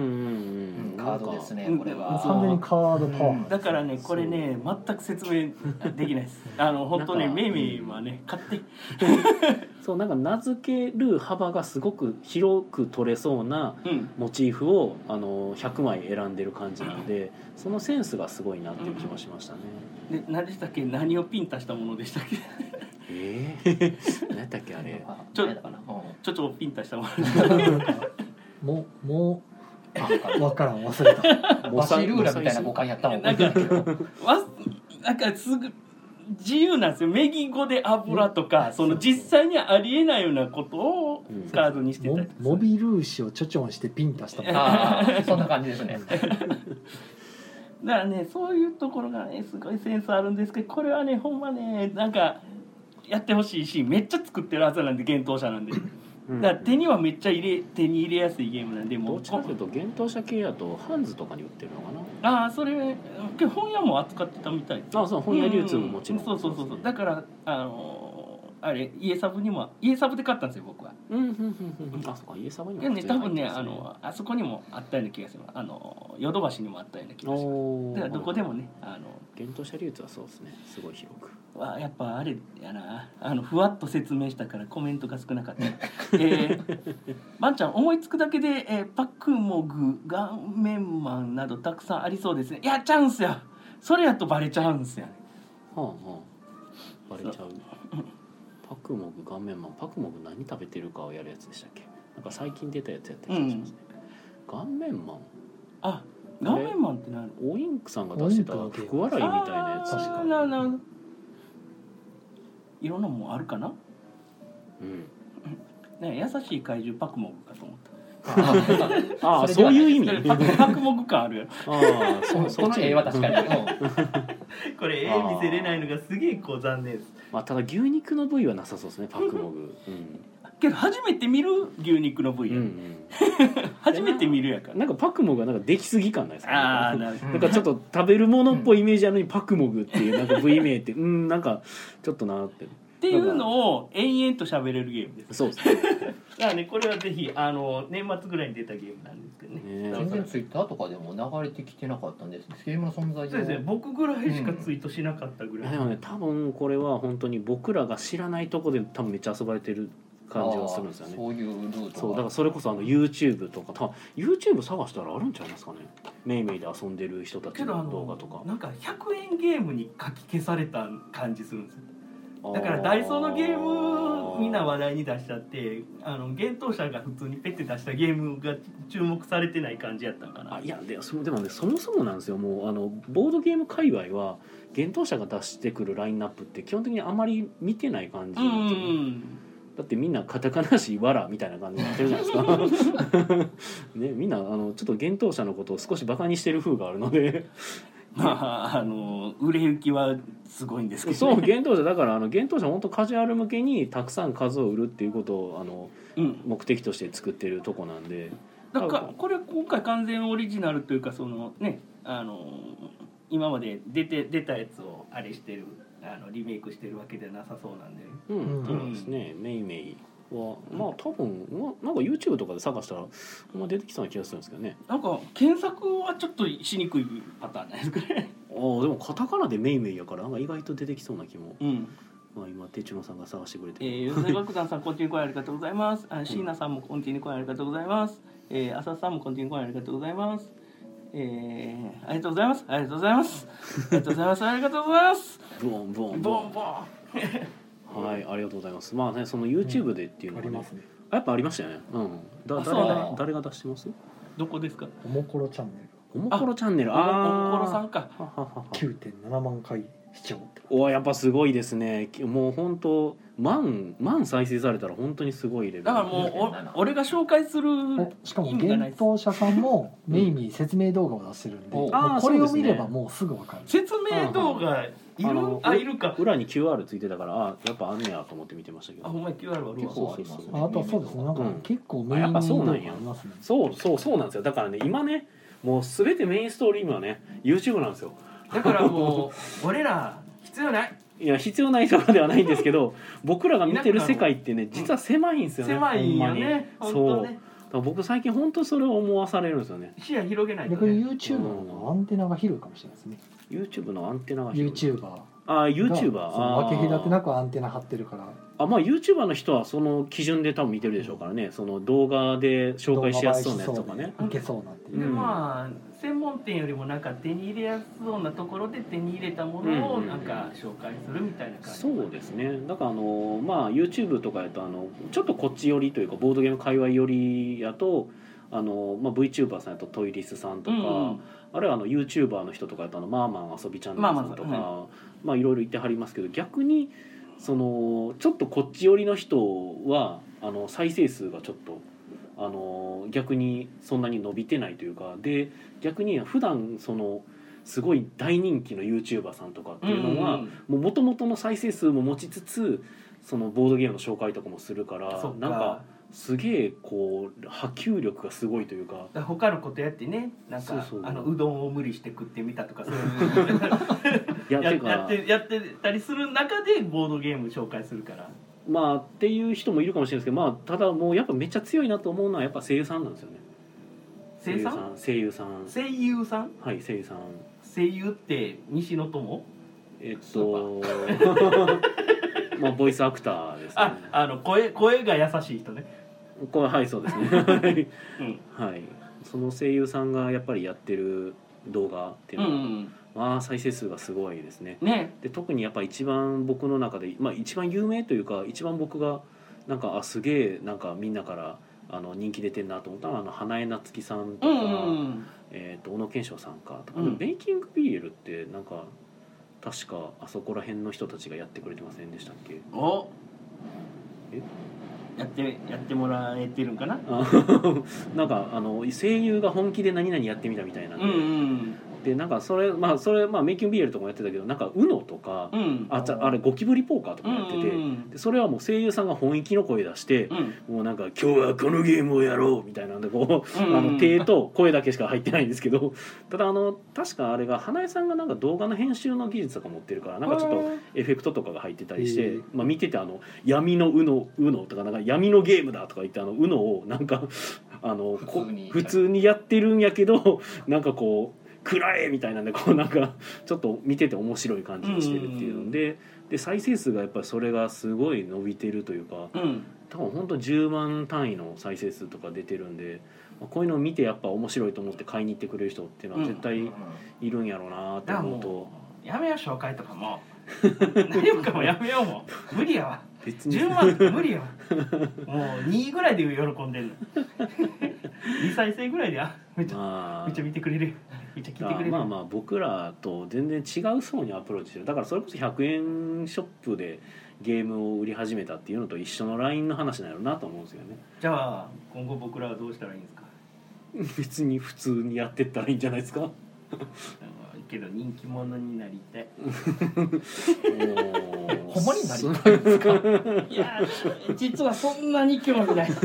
Speaker 4: カードですねこれは。
Speaker 3: 完全にカードパワー、うん、
Speaker 2: だからねこれね全く説明できないです。あの本当ねメイメイはね勝手
Speaker 1: そうなんか名付ける幅がすごく広く取れそうなモチーフをあのひゃくまい選んでる感じなのでそのセンスがすごいなっていう気もしましたね。
Speaker 2: で何でしたっけ何をピンタしたものでしたっけ
Speaker 1: えー、何やったっけあれ
Speaker 2: ちょちょちょピンタしたもの
Speaker 3: もうもうあ分からん忘れた
Speaker 4: バシルーラみたいな五感やったもん。
Speaker 2: なんかなんかすぐ自由なんですよ。メギ語で油とかその実際にはありえないようなことをカードにしてたりとか、
Speaker 3: うん、モビルーシをちょちょんしてピンタしたもん。
Speaker 4: あそんな感じですね
Speaker 2: だからねそういうところがねすごいセンスあるんですけどこれはねほんまねなんかやってほしいしめっちゃ作ってるはずなんで幻冬者なんでだから手にはめっちゃ入れ手に入れやすいゲームなんでもう
Speaker 1: どっちかというと幻冬者系やとハンズとかに売ってるのかな。
Speaker 2: ああそれ本屋も扱ってたみたい。
Speaker 1: あそう本屋流通ももちろん、
Speaker 2: うん、そうそうそうそうだからあのあれ家サブにも家サブで買ったんですよ僕は。
Speaker 1: うんうんうんうんあそうか家サブにも
Speaker 2: いやね多分ねあのあそこにもあったような気がする。あのヨドバシにもあったような気がします。だからどこでもねあの
Speaker 1: 幻冬者流通はそうですねすごい広く。
Speaker 2: わやっぱあれやなあのふわっと説明したからコメントが少なかった。えー、ばんちゃん思いつくだけで、えー、パクモグ顔面マンなどたくさんありそうですね。やっちゃうんすよ。それやとバレちゃうんすよね。
Speaker 1: はあはあバレちゃう。パクモグ顔面マンパクモグ何食べてるかをやるやつでしたっけ。なんか最近出たやつやった気がしますね、うん、顔面マン
Speaker 2: あ顔面マンって何。
Speaker 1: オインクさんが出してた福笑いみたいなやつ。
Speaker 2: 確かになないろんなもんあるかな。
Speaker 1: うん
Speaker 2: ね、優しい怪獣パクモグかと思った。
Speaker 1: ああそういう意味。
Speaker 2: パクパクモグ感あるやろ。
Speaker 1: ああそ
Speaker 4: その絵は確かに。
Speaker 2: これ絵見せれないのがすげえこう残念です。
Speaker 1: まあただ牛肉の部位はなさそうですねパクモグ。うん。
Speaker 2: けど初めて見る牛肉の部位や、うんうん、初めて見るやから
Speaker 1: なんかパクモグがなんかできすぎ感ないですか、ね、
Speaker 2: あなるほど
Speaker 1: なんかちょっと食べるものっぽいイメージあるのにパクモグっていうなんか部位名ってうんなんかちょっとなって
Speaker 2: っていうのを延々と喋れるゲームです。
Speaker 1: そうですね
Speaker 2: だからねこれはぜひあの年末ぐらいに出たゲームなんですけどね。
Speaker 4: 全然ツイッターとかでも流れてきてなかったんです。ゲームの存在
Speaker 2: そうですね僕ぐらいしかツイートしなかったぐらい、
Speaker 1: うん、でもね多分これは本当に僕らが知らないとこで多分めっちゃ遊ばれてる感じはするんですよね。
Speaker 4: そういうルート
Speaker 1: そうだからそれこそあの YouTube とか多分 YouTube 探したらあるんちゃいますかね。メイメイで遊んでる人たちの動画とか
Speaker 2: なんかひゃくえんゲームに書き消された感じするんですよ。 だからダイソーのゲームみんな話題に出しちゃって、あの幻冬舎が普通にペッて出したゲームが注目されてない感じやったんかな。
Speaker 1: あいやでそでもねそもそもなんですよ。もうあのボードゲーム界隈は幻冬舎が出してくるラインナップって基本的にあまり見てない感じなんですよね。うんだってみんなカタカナしわらみたいな感じになってるじゃないですかね、みんなあのちょっと幻冬舎のことを少しバカにしてる風があるので
Speaker 2: まああの売れ行きはすごいんですけど、ね、
Speaker 1: そう幻冬舎だからあの幻冬舎本当カジュアル向けにたくさん数を売るっていうことをあの、うん、目的として作ってるとこなんで、
Speaker 2: だからこれ今回完全オリジナルというかそのねあの今まで出て出たやつをあれしてるあのリメイクしてるわけではなさそうなんで、
Speaker 1: うん、うん、そうですね。メイメイはまあ多分なんか YouTube とかで探したらまあ出てきそうな気がするんですけどね。
Speaker 2: なんか検索はちょっとしにくいパターンなんですかね。
Speaker 1: ああでもカタカナでメイメイやからなんか意外と出てきそうな気も。
Speaker 2: うん。
Speaker 1: まあ今手帳さんが探してくれて
Speaker 2: る。えー、吉田楽団さんコンティニューコインありがとうございます。あ、椎名さんもコンティニューコインありがとうございます。えー、浅田さんもコンティニューコインありがとうございます。えー、ありがとうございます。ありがとうございます。ありがとうございます。ありがとうございます。
Speaker 1: ボンボン
Speaker 2: ボンボン。
Speaker 1: はい、ありがとうございます。まあね、その YouTube でっていうのは、ねうん、ありますね。あ、やっぱありましたよね。うん。だ誰が誰が出してます？
Speaker 2: どこですか？
Speaker 3: おもころチャンネル。
Speaker 1: おもころチャンネル。
Speaker 2: あ、おもころさんか。
Speaker 3: きゅうてんななまんかい視聴。
Speaker 1: お、やっぱすごいですね。もう本当万万再生されたら本当にすごいレベル。
Speaker 2: だからもうお俺が紹介する
Speaker 3: しかも幻冬舎さんもメイに説明動画を出してるんで、うん、もうこれを見ればもうすぐわかる。
Speaker 2: 説明動画いる？あ、いるか。
Speaker 1: 裏に キューアール ついてたから、あ、やっぱあんねやと思って見てましたけど。
Speaker 2: あ、ほんまに キューアール あるわ。
Speaker 1: そうそうそう。
Speaker 3: あとそうですね。なんか結構メイン動画ありますね。
Speaker 1: そうそうそうなんですよ。だからね、今ね、もうすべてメインストリームはね、YouTube なんですよ。
Speaker 2: だからもう俺ら必要ない。
Speaker 1: いや必要ないとかではないんですけど、僕らが見てる世界ってね、実は狭いんですよね。
Speaker 2: 狭いよね。
Speaker 1: そう。僕最近本当それを思わされるんですよね。
Speaker 2: 視野広げないと、ね。
Speaker 3: 逆に YouTube のアンテナが広いかもしれないですね。
Speaker 1: YouTube のアンテナが広い。
Speaker 3: YouTuber。
Speaker 1: ああ YouTuber。
Speaker 3: 分け隔てなくアンテナ張ってるから。
Speaker 1: あ、まあ YouTuber の人はその基準で多分見てるでしょうからね。その動画で紹介しやすそうなやつとかね。
Speaker 3: いけそうなっていう。
Speaker 2: でまあ専門店よりもなんか手に入れやすそうなところで手に入れたものをなんか紹介するみたいな感じ。
Speaker 1: そうですね。だからあのまあ YouTube とかやとあのちょっとこっち寄りというかボードゲーム界隈寄りやと。あのまあ、VTuber さんやとトイリスさんとか、うんうん、あるいはあの YouTuber の人とかやとあのマーマン遊びチャンネルさんとか、まあまあはいまあ、いろいろ言ってはりますけど、逆にそのちょっとこっち寄りの人はあの再生数がちょっとあの逆にそんなに伸びてないというかで、逆に普段そのすごい大人気の YouTuber さんとかっていうのはもともとの再生数も持ちつつそのボードゲームの紹介とかもするから、
Speaker 2: か
Speaker 1: なんかすげえこう波及力がすごいというか、
Speaker 2: 他のことやってね、なんかそうそうあのうどんを無理して食ってみたとかそういうや, や, やってやってたりする中でボードゲーム紹介するから。
Speaker 1: まあっていう人もいるかもしれないですけど、まあただもうやっぱめっちゃ強いなと思うのはやっぱ声優さんなんですよね。
Speaker 2: 声優さん？
Speaker 1: 声優さん。
Speaker 2: 声優さん？
Speaker 1: はい、声優さん。
Speaker 2: 声優って西野友？
Speaker 1: えっとまあボイスアクターですね。
Speaker 2: あ、あの声声が優しい人ね。
Speaker 1: これはいそうですね。うん、はい。その声優さんがやっぱりやってる動画っていうのは、うんうん、まあ再生数がすごいですね。
Speaker 2: ね。
Speaker 1: で特にやっぱ一番僕の中でまあ一番有名というか一番僕がなんかあすげえなんかみんなからあの人気出てるなと思ったのはあの花江夏樹さんとか、うんうん、えっと小野賢章さんかとか、うん、ベイキングビールってなんか確かあそこら辺の人たちがやってくれてませんでしたっけ？
Speaker 2: お。え？やってやってもらえてるんかな。
Speaker 1: なんかあの声優が本気で何々やってみたみたいなんで、うんうん、でなんかそれまあそれまあメイキングビールとかもやってたけどなんかウノとか、うん、ああれゴキブリポーカーとかもやってて、うんうん、でそれはもう声優さんが本気の声出して、うん、もうなんか今日はこのゲームをやろうみたいなんでこう、うんうん、あの手と声だけしか入ってないんですけど、ただあの確かあれが花江さんがなんか動画の編集の技術とか持ってるからなんかちょっとエフェクトとかが入ってたりして、まあ見ててあの闇のウノウノとかなんか闇のゲームだとか言ってあのウノをなんかあの普通に普通にやってるんやけどなんかこう暗えみたいなんでこうなんかちょっと見てて面白い感じにしてるっていうので、で再生数がやっぱりそれがすごい伸びてるというか、うん、多分本当じゅうまん単位の再生数とか出てるんで、こういうのを見てやっぱ面白いと思って買いに行ってくれる人っていうのは絶対いるんやろうなって思うと、
Speaker 2: うん、やめよ紹介とかも何もかもやめようもう無理やわ
Speaker 1: 別に
Speaker 2: じゅうまんとか無理やわもうにぐらいで喜んでんのにさい生ぐらいであめっちゃ、
Speaker 1: まあ、
Speaker 2: めっちゃ見てくれるめっちゃ聞いてくれる
Speaker 1: まあまあ僕らと全然違う層にアプローチしてる。だからそれこそひゃくえんショップでゲームを売り始めたっていうのと一緒のラインの話なんやろうなと思うんですよね。
Speaker 2: じゃあ今後僕らはどうしたらいいんですか。
Speaker 1: 別に普通にやってったらいいんじゃないですか。
Speaker 2: けど人気者になりたい
Speaker 4: ほんまになりたいんですか。
Speaker 2: いや実はそんなに興味ない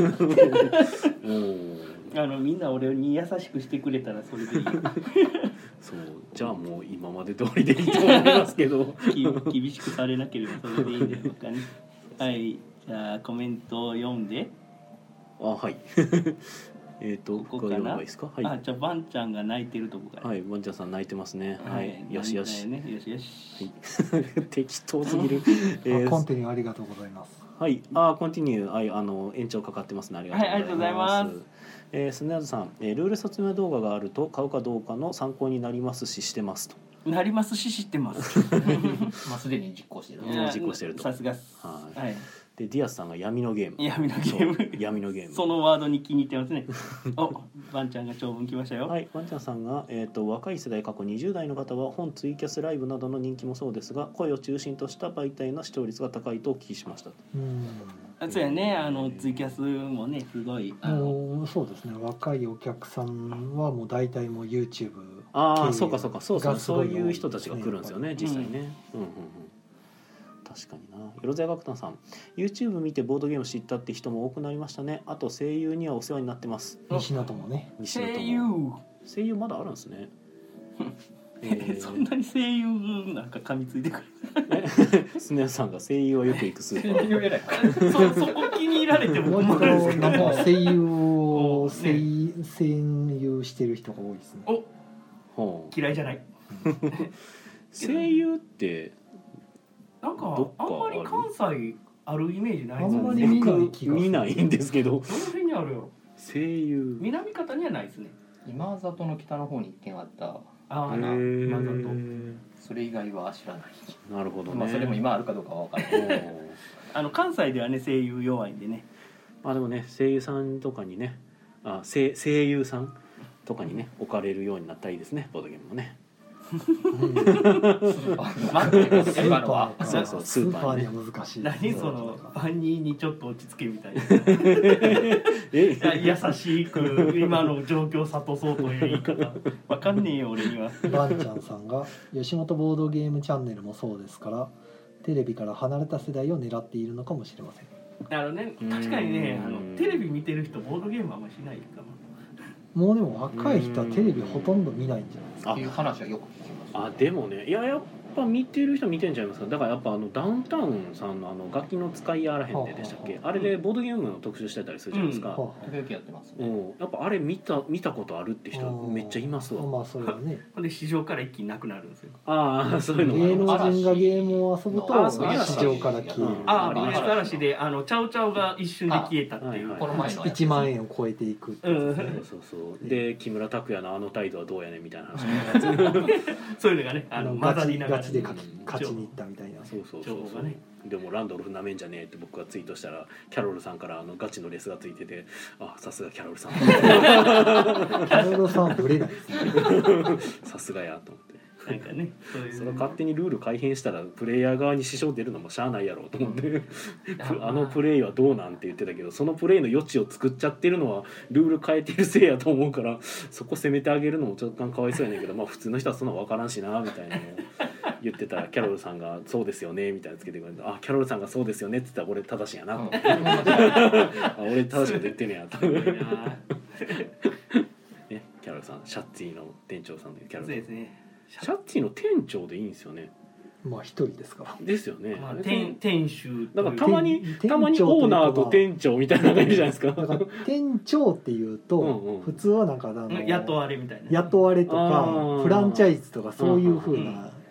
Speaker 2: あのみんな俺に優しくしてくれたらそれでいい
Speaker 1: そうじゃあもう今まで通りでいいと思いますけど
Speaker 2: 厳しくされなければそれでいいんでしょうかね。はいじゃあコメントを読んで
Speaker 1: あはいえっと
Speaker 2: ここかな。
Speaker 1: いいですか。はい。
Speaker 2: あじゃあバンちゃんが泣いてるとこから。
Speaker 1: はいバンちゃんさん泣いてますね。はい、はい、よしよし、
Speaker 2: ね、よしよし、
Speaker 1: はい、適当すぎる
Speaker 3: えー、コンティニューありがとうございます。
Speaker 1: はいあコンティニューはいあの延長かかってますね。ありがとうございます、はい、ありがとうございます。えー、スネアズさん、えー、ルール説明動画があると買うかどうかの参考になりますししてますと。
Speaker 2: なりますし知ってます
Speaker 4: まあすでに実行してる
Speaker 1: 実行してると。
Speaker 2: さすが
Speaker 1: はい、
Speaker 2: はい
Speaker 1: でディアスさんが闇のゲーム
Speaker 2: 闇のゲーム
Speaker 1: 闇のゲーム
Speaker 2: そのワードに気に入ってますねおバンちゃんが長文来ましたよ。
Speaker 1: はいバンちゃんさんが、えー、と若い世代過去にじゅう代の方は本ツイキャスライブなどの人気もそうですが声を中心とした媒体の視聴率が高いとお聞きしました。
Speaker 3: うん
Speaker 2: そうやねあのツイキャスもねすごいあの
Speaker 3: そうですね若いお客さんはもう大体もう YouTube
Speaker 1: ああそうかそうかそうそうそういう人たちが来るんですよね実際ね、うん、うんうんうん確かにな。よろずや学団さん YouTube 見てボードゲーム知ったって人も多くなりましたね。あと声優にはお世話になってます。
Speaker 3: 西野ともね
Speaker 2: 声優
Speaker 1: 声優まだあるんですね
Speaker 2: えー、そんなに声優なんか噛みついてく
Speaker 1: るスネアさんが声優はよく行くスーパー
Speaker 2: そ, そこ気に入られても困るんですけど
Speaker 3: なんか声優を声優してる人が多いですね。
Speaker 2: お嫌いじゃない
Speaker 1: 声優って
Speaker 2: なんかあんまり関西あるイメージないです
Speaker 3: よね。あんまり見ない気が
Speaker 1: 見ないんですけど。どの
Speaker 2: 辺にあるよ。
Speaker 1: 声優。
Speaker 2: 南方にはないですね。
Speaker 4: 今里の北の方に一軒あった
Speaker 2: ああな今里。
Speaker 4: それ以外は知らない。
Speaker 1: なるほどね。
Speaker 4: まあそれも今あるかどうかは分からない。
Speaker 2: あの関西ではね声優弱いんでね。
Speaker 1: まあでもね声優さんとかにねあ声声優さんとかにね置かれるようになったらいいですねボードゲームもね。
Speaker 3: スーパー
Speaker 1: そうそうスーパー
Speaker 3: には難しい。
Speaker 2: 何そのファニーにちょっと落ち着けみたいなえ優しく今の状況を諭そうという言い方わかんねえよ俺には。
Speaker 3: バンちゃんさんが吉本ボードゲームチャンネルもそうですからテレビから離れた世代を狙っているのかもしれません。
Speaker 2: あのね確かにねあのテレビ見てる人ボードゲームあんましないかも。
Speaker 3: もうでも若い人はテレビほとんど見ないんじゃないですか。
Speaker 4: っていう話はよく聞きます。
Speaker 1: あでもねいややっぱ見てる人見てんじゃないですか。だからやっぱあのダウンタウンさんのあのガキの使いやらへんででしたっけ、はあはあ、あれでボードゲームの特集してたりするじゃないですか、
Speaker 4: うんはあ、時々やってますね、
Speaker 1: うん、やっぱあれ見た見たことあるって人めっちゃいますわ。
Speaker 3: まあそれはね
Speaker 2: で市場から一気になくなるんですよ。
Speaker 1: ああそういうの
Speaker 3: 芸能人がゲームを遊ぶと市場から消える。
Speaker 2: ああ ビーエス 嵐であのチャオチャオが一瞬で消えたっていう、
Speaker 4: この前の
Speaker 3: いちまんえんを超えていくって
Speaker 1: いう、うん、そうそうそうで木村拓哉のあの態度はどうやねんみたいな話
Speaker 2: そういうのがねあの混ざりながら
Speaker 3: ガチで勝ちに行ったみたいな。
Speaker 1: そうそうそうそう、ね、でもランドルフなめんじゃねえって僕がツイートしたらキャロルさんからあのガチのレスがついててあさすがキャロルさんキ
Speaker 3: ャロルさんぶれないですね
Speaker 1: さすがやと思って
Speaker 2: なんかねそういう
Speaker 1: それ勝手にルール改変したらプレイヤー側に支障出るのもしゃあないやろうと思ってあのプレイはどうなんて言ってたけどそのプレイの余地を作っちゃってるのはルール変えてるせいやと思うからそこ攻めてあげるのも若干かわいそうやねんけどまあ普通の人はそんな分からんしなみたいなのを言ってたらキャロルさんがそうですよねみたいなつけてくれてあキャロルさんがそうですよねって言ったら俺正しいやなと思って、うん、あ俺正しいこと言ってんねやと思ってねキャロルさんシャッツィの店長さんでキャロルさんですねシャッティの店長でいいんですよね。
Speaker 3: まあ一人ですから。
Speaker 1: ですよね。
Speaker 2: まあ、店店主
Speaker 1: だからたまにたまにオーナーと店長みたいなのがいるじゃないですか。
Speaker 3: だから店長っていうとうん、普通はなんかあの
Speaker 2: 雇われみたいな、
Speaker 3: 雇われとかフランチャイズとかそういう風な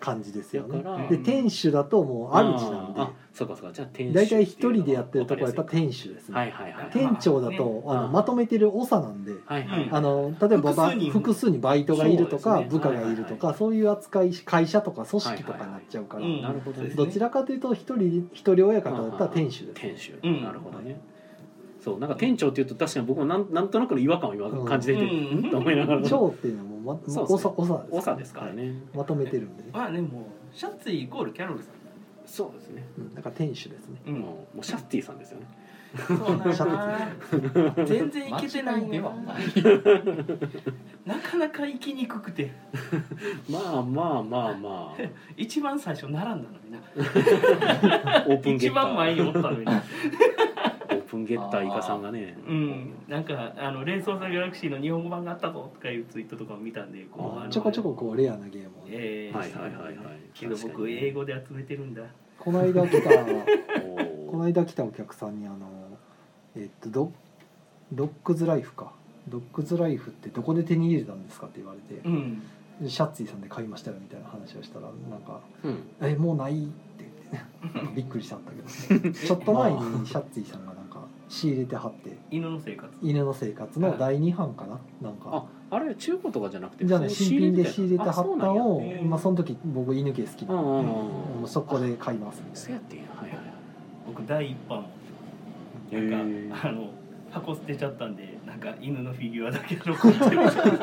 Speaker 3: 感じですよね。
Speaker 1: だから
Speaker 3: で店主だともう主なんで、
Speaker 1: ああそうかそうかじゃあ店主
Speaker 3: 大体一人でやってるところやったら店主ですね。
Speaker 1: はいはいはい
Speaker 3: 店長だとあのまとめてる長なんで、
Speaker 1: はいはい
Speaker 3: あの例えばば
Speaker 2: 複数人
Speaker 3: 複数にバイトがいるとか、
Speaker 1: そうですね
Speaker 3: 部下がいるとか、そういう扱い会社とか組織とかになっちゃうから、
Speaker 2: うん
Speaker 1: なるほどですね
Speaker 3: どちらかというと一人一人親方だったら店主です。
Speaker 1: 店主、
Speaker 2: うん
Speaker 1: なるほどね。そうなんか店長っていうと確かに僕もなんなんとなくの違和感を今感じていて、
Speaker 2: うん
Speaker 1: うんと思いながら
Speaker 3: 長っていうのもま
Speaker 1: そうですね
Speaker 3: 長です
Speaker 1: 長ですからね。
Speaker 3: まとめてるんでね。
Speaker 2: まあねもうシャツイコールキャロルさん
Speaker 1: そうですね。
Speaker 3: うんだから店主ですね。
Speaker 2: うん
Speaker 1: もうもうシャッティさんですよね。
Speaker 2: そうなんだ全然いけてない
Speaker 4: 間違いで
Speaker 2: よ
Speaker 4: はない
Speaker 2: なかなか行きにくくて
Speaker 1: まあまあまあまあ
Speaker 2: 一番最初並んだのにな
Speaker 1: オープンゲ
Speaker 2: 一
Speaker 1: ッター
Speaker 2: 番前におったのにな
Speaker 1: オープンゲッターイカさんがね。
Speaker 2: うんなんかあの「連想ザギャラクシー」の日本語版があったぞとかいうツイートとかを見たんでこうあの
Speaker 3: ちょこちょここうレアなゲームをね。
Speaker 2: えー
Speaker 1: はいはいはいはい
Speaker 2: けど僕英語で集めてるんだ
Speaker 3: この間来た
Speaker 1: おー
Speaker 3: この間来たお客さんにあのえっとドドッグズライフかドッグズライフってどこで手に入れたんですかって言われて、
Speaker 2: うん
Speaker 3: シャッツィさんで買いましたよみたいな話をしたらなんか
Speaker 1: うん
Speaker 3: えもうないって言ってねびっくりしちゃったけどちょっと前にシャッツィさんがなんか仕入れてはって
Speaker 2: 犬の生活
Speaker 3: 犬の生活のだいに版かななん
Speaker 1: あ
Speaker 3: か
Speaker 1: あれ中古とかじゃなくて
Speaker 3: じゃあね新品で仕入れてはった
Speaker 1: あそうなんや
Speaker 3: のを
Speaker 2: へえ
Speaker 3: まあその時僕犬系好きで
Speaker 1: うんうんうん
Speaker 3: もうそこで買いますみたい
Speaker 1: そうやってんやはいはいはい
Speaker 2: 僕第一版
Speaker 1: へー
Speaker 2: なんかあの箱捨てちゃったんでなんか犬のフィギュアだけ残ってる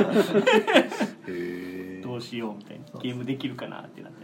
Speaker 1: へ
Speaker 2: どうしようみたいなゲームできるかなってなって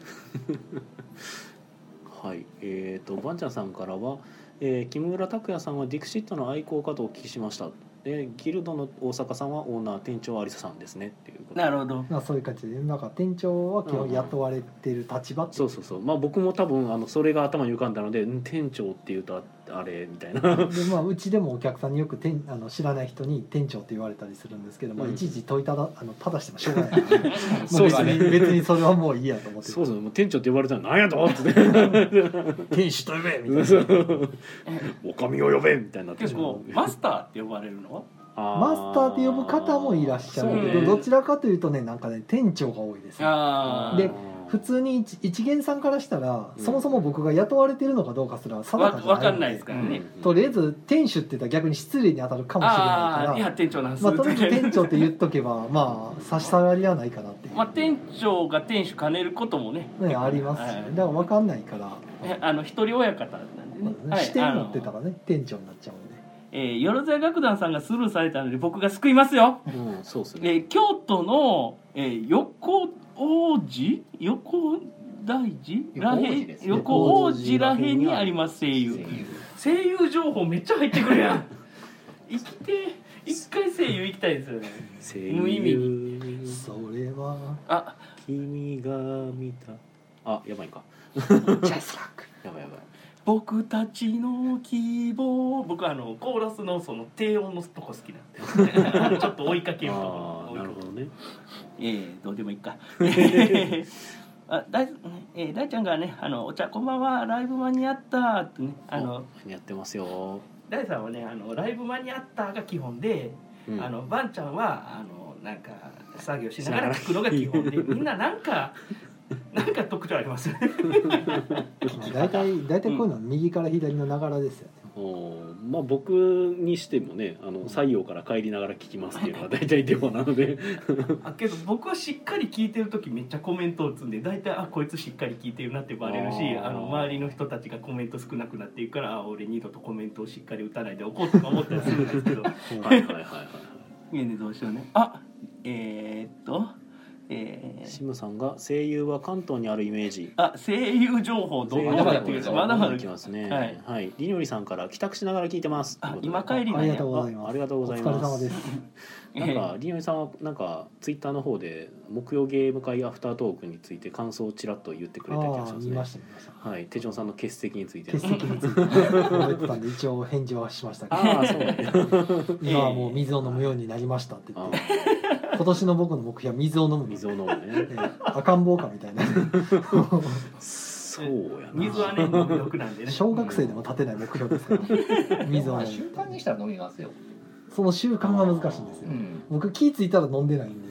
Speaker 1: はいえー、とバンちゃんさんからは、えー木村拓哉さんはディクシットの愛好家とお聞きしました。でギルドの大阪さんはオーナー店長有沙さんですねっていうこと
Speaker 2: なるほど
Speaker 3: なそういう感じでなんか店長は基本雇われてる立場ってい
Speaker 1: そうそうそうまあ僕も多分あのそれが頭に浮かんだのでん店長っていうとあれみたいな
Speaker 3: でまあうちでもお客さんによく店あの知らない人に店長って言われたりするんですけど、まあ、
Speaker 1: うん
Speaker 3: いちいち問いただあのただしてもしょうがないから、ね、
Speaker 1: そうですね
Speaker 3: まあ別に別にそれはもういいやと思って
Speaker 1: そうそうもう店長って言われたら何やとって
Speaker 3: 店主と呼べみたいな
Speaker 1: おかみを呼べみたいになってしまう
Speaker 2: 結構マスターって呼ばれるのは
Speaker 3: マスターって呼ぶ方もいらっしゃるけ
Speaker 2: そうね
Speaker 3: どどちらかというとねなんかね店長が多いですね
Speaker 2: あー
Speaker 3: で普通に一一元さんからしたら、
Speaker 1: うん
Speaker 3: そもそも僕が雇われてるのかどうかすら定
Speaker 2: わ
Speaker 3: かじゃないので
Speaker 2: わかんないですからね、
Speaker 3: とりあえず店主って言ったら逆に失礼に当たるかもしれないから
Speaker 2: ああいや店長なんです、
Speaker 3: まあ、とりあえず店長って言っとけばまあ差し障りはないかなっていう、
Speaker 2: まあ店長が店主兼ねることもね
Speaker 3: ね、ありますし、
Speaker 2: はい
Speaker 3: だから分かんないから、
Speaker 2: えあの一人親方なんでね、はい
Speaker 3: 視点持ってた
Speaker 2: あの
Speaker 3: らね店長になっちゃうんで
Speaker 2: えー、よろずや楽団さんがスルーされたので僕が救いますよ、
Speaker 1: うんそうです
Speaker 2: え
Speaker 1: ね
Speaker 2: ー、京都の、えー、横王子横大寺らへん
Speaker 4: 横王子ですね
Speaker 2: 横王子らへんにあります声優声優情報めっちゃ入ってくるやん生きて一回声優行きたいですよね
Speaker 1: 声
Speaker 2: 無意味
Speaker 1: 優
Speaker 3: それは
Speaker 2: あ
Speaker 1: 君が見たあやばいんか
Speaker 3: ジャスラック
Speaker 1: やばいやばい
Speaker 2: 僕たちの希望僕はあのコーラスのその低音のとこ好きなんでちょっと追いかけるとこ
Speaker 1: ああなるほどね
Speaker 2: えー、どうでもいいかあ大えー、大ちゃんがねあのお茶こんばんはライブ間に合ったってねあの
Speaker 1: やってますよ、
Speaker 2: 大さんはねあのライブ間に合ったが基本で、
Speaker 1: うん
Speaker 2: あのバンちゃんはあのなんか作業しながら聞くのが基本でみんななんかなんか特徴あります
Speaker 3: 大体大体こういうのは右から左のながらですよね、
Speaker 1: おまあ僕にしてもねあの採用から帰りながら聞きますっていうのが大体デモなので
Speaker 2: あけど僕はしっかり聞いてる時めっちゃコメントを打つんで大体あこいつしっかり聞いてるなってバレるし
Speaker 1: あー
Speaker 2: あの周りの人たちがコメント少なくなっていくからあ俺二度とコメントをしっかり打たないでおこうとか思ったりするんですけど
Speaker 1: はいはいはいはい
Speaker 2: いいねどうしようねあえー、っとえー
Speaker 1: シムさんが声優は関東にあるイメージ
Speaker 2: あ声優情報どう
Speaker 1: 声優
Speaker 2: まだまだ来るまだまだ
Speaker 1: いきますね
Speaker 2: はい
Speaker 1: はいりのりさんから帰宅しながら聞いてます
Speaker 2: あ
Speaker 1: ということで
Speaker 2: 今帰りなんや
Speaker 3: ありがとうございます
Speaker 1: ありがとうござい
Speaker 3: お
Speaker 1: ます
Speaker 3: 疲れ様です
Speaker 1: なんかりのりさんはなんかツイッターの方で木曜ゲーム会アフタートークについて感想をちらっと言ってくれた気がしますね
Speaker 3: ああ見ました見ました
Speaker 1: はい手帳さんの欠席について
Speaker 3: 欠席について覚えてたんで一応返事はしましたけど
Speaker 1: ああそうね
Speaker 3: 今はもう水を飲むようになりましたって言
Speaker 1: あ
Speaker 3: って
Speaker 1: ー
Speaker 3: 今年の僕の目標は水を飲む
Speaker 1: 水を飲むね
Speaker 3: ええ赤ん坊かみたいな
Speaker 1: そうやな
Speaker 2: 水はね飲み毒なんでね
Speaker 3: 小学生でも立てない目標ですから水を
Speaker 4: まあ
Speaker 3: 飲む
Speaker 4: 習慣にしたら飲みますよ。
Speaker 3: その習慣が難しいんですよ
Speaker 4: うん。
Speaker 3: 僕気ぃ付いたら飲んでないんで
Speaker 4: あ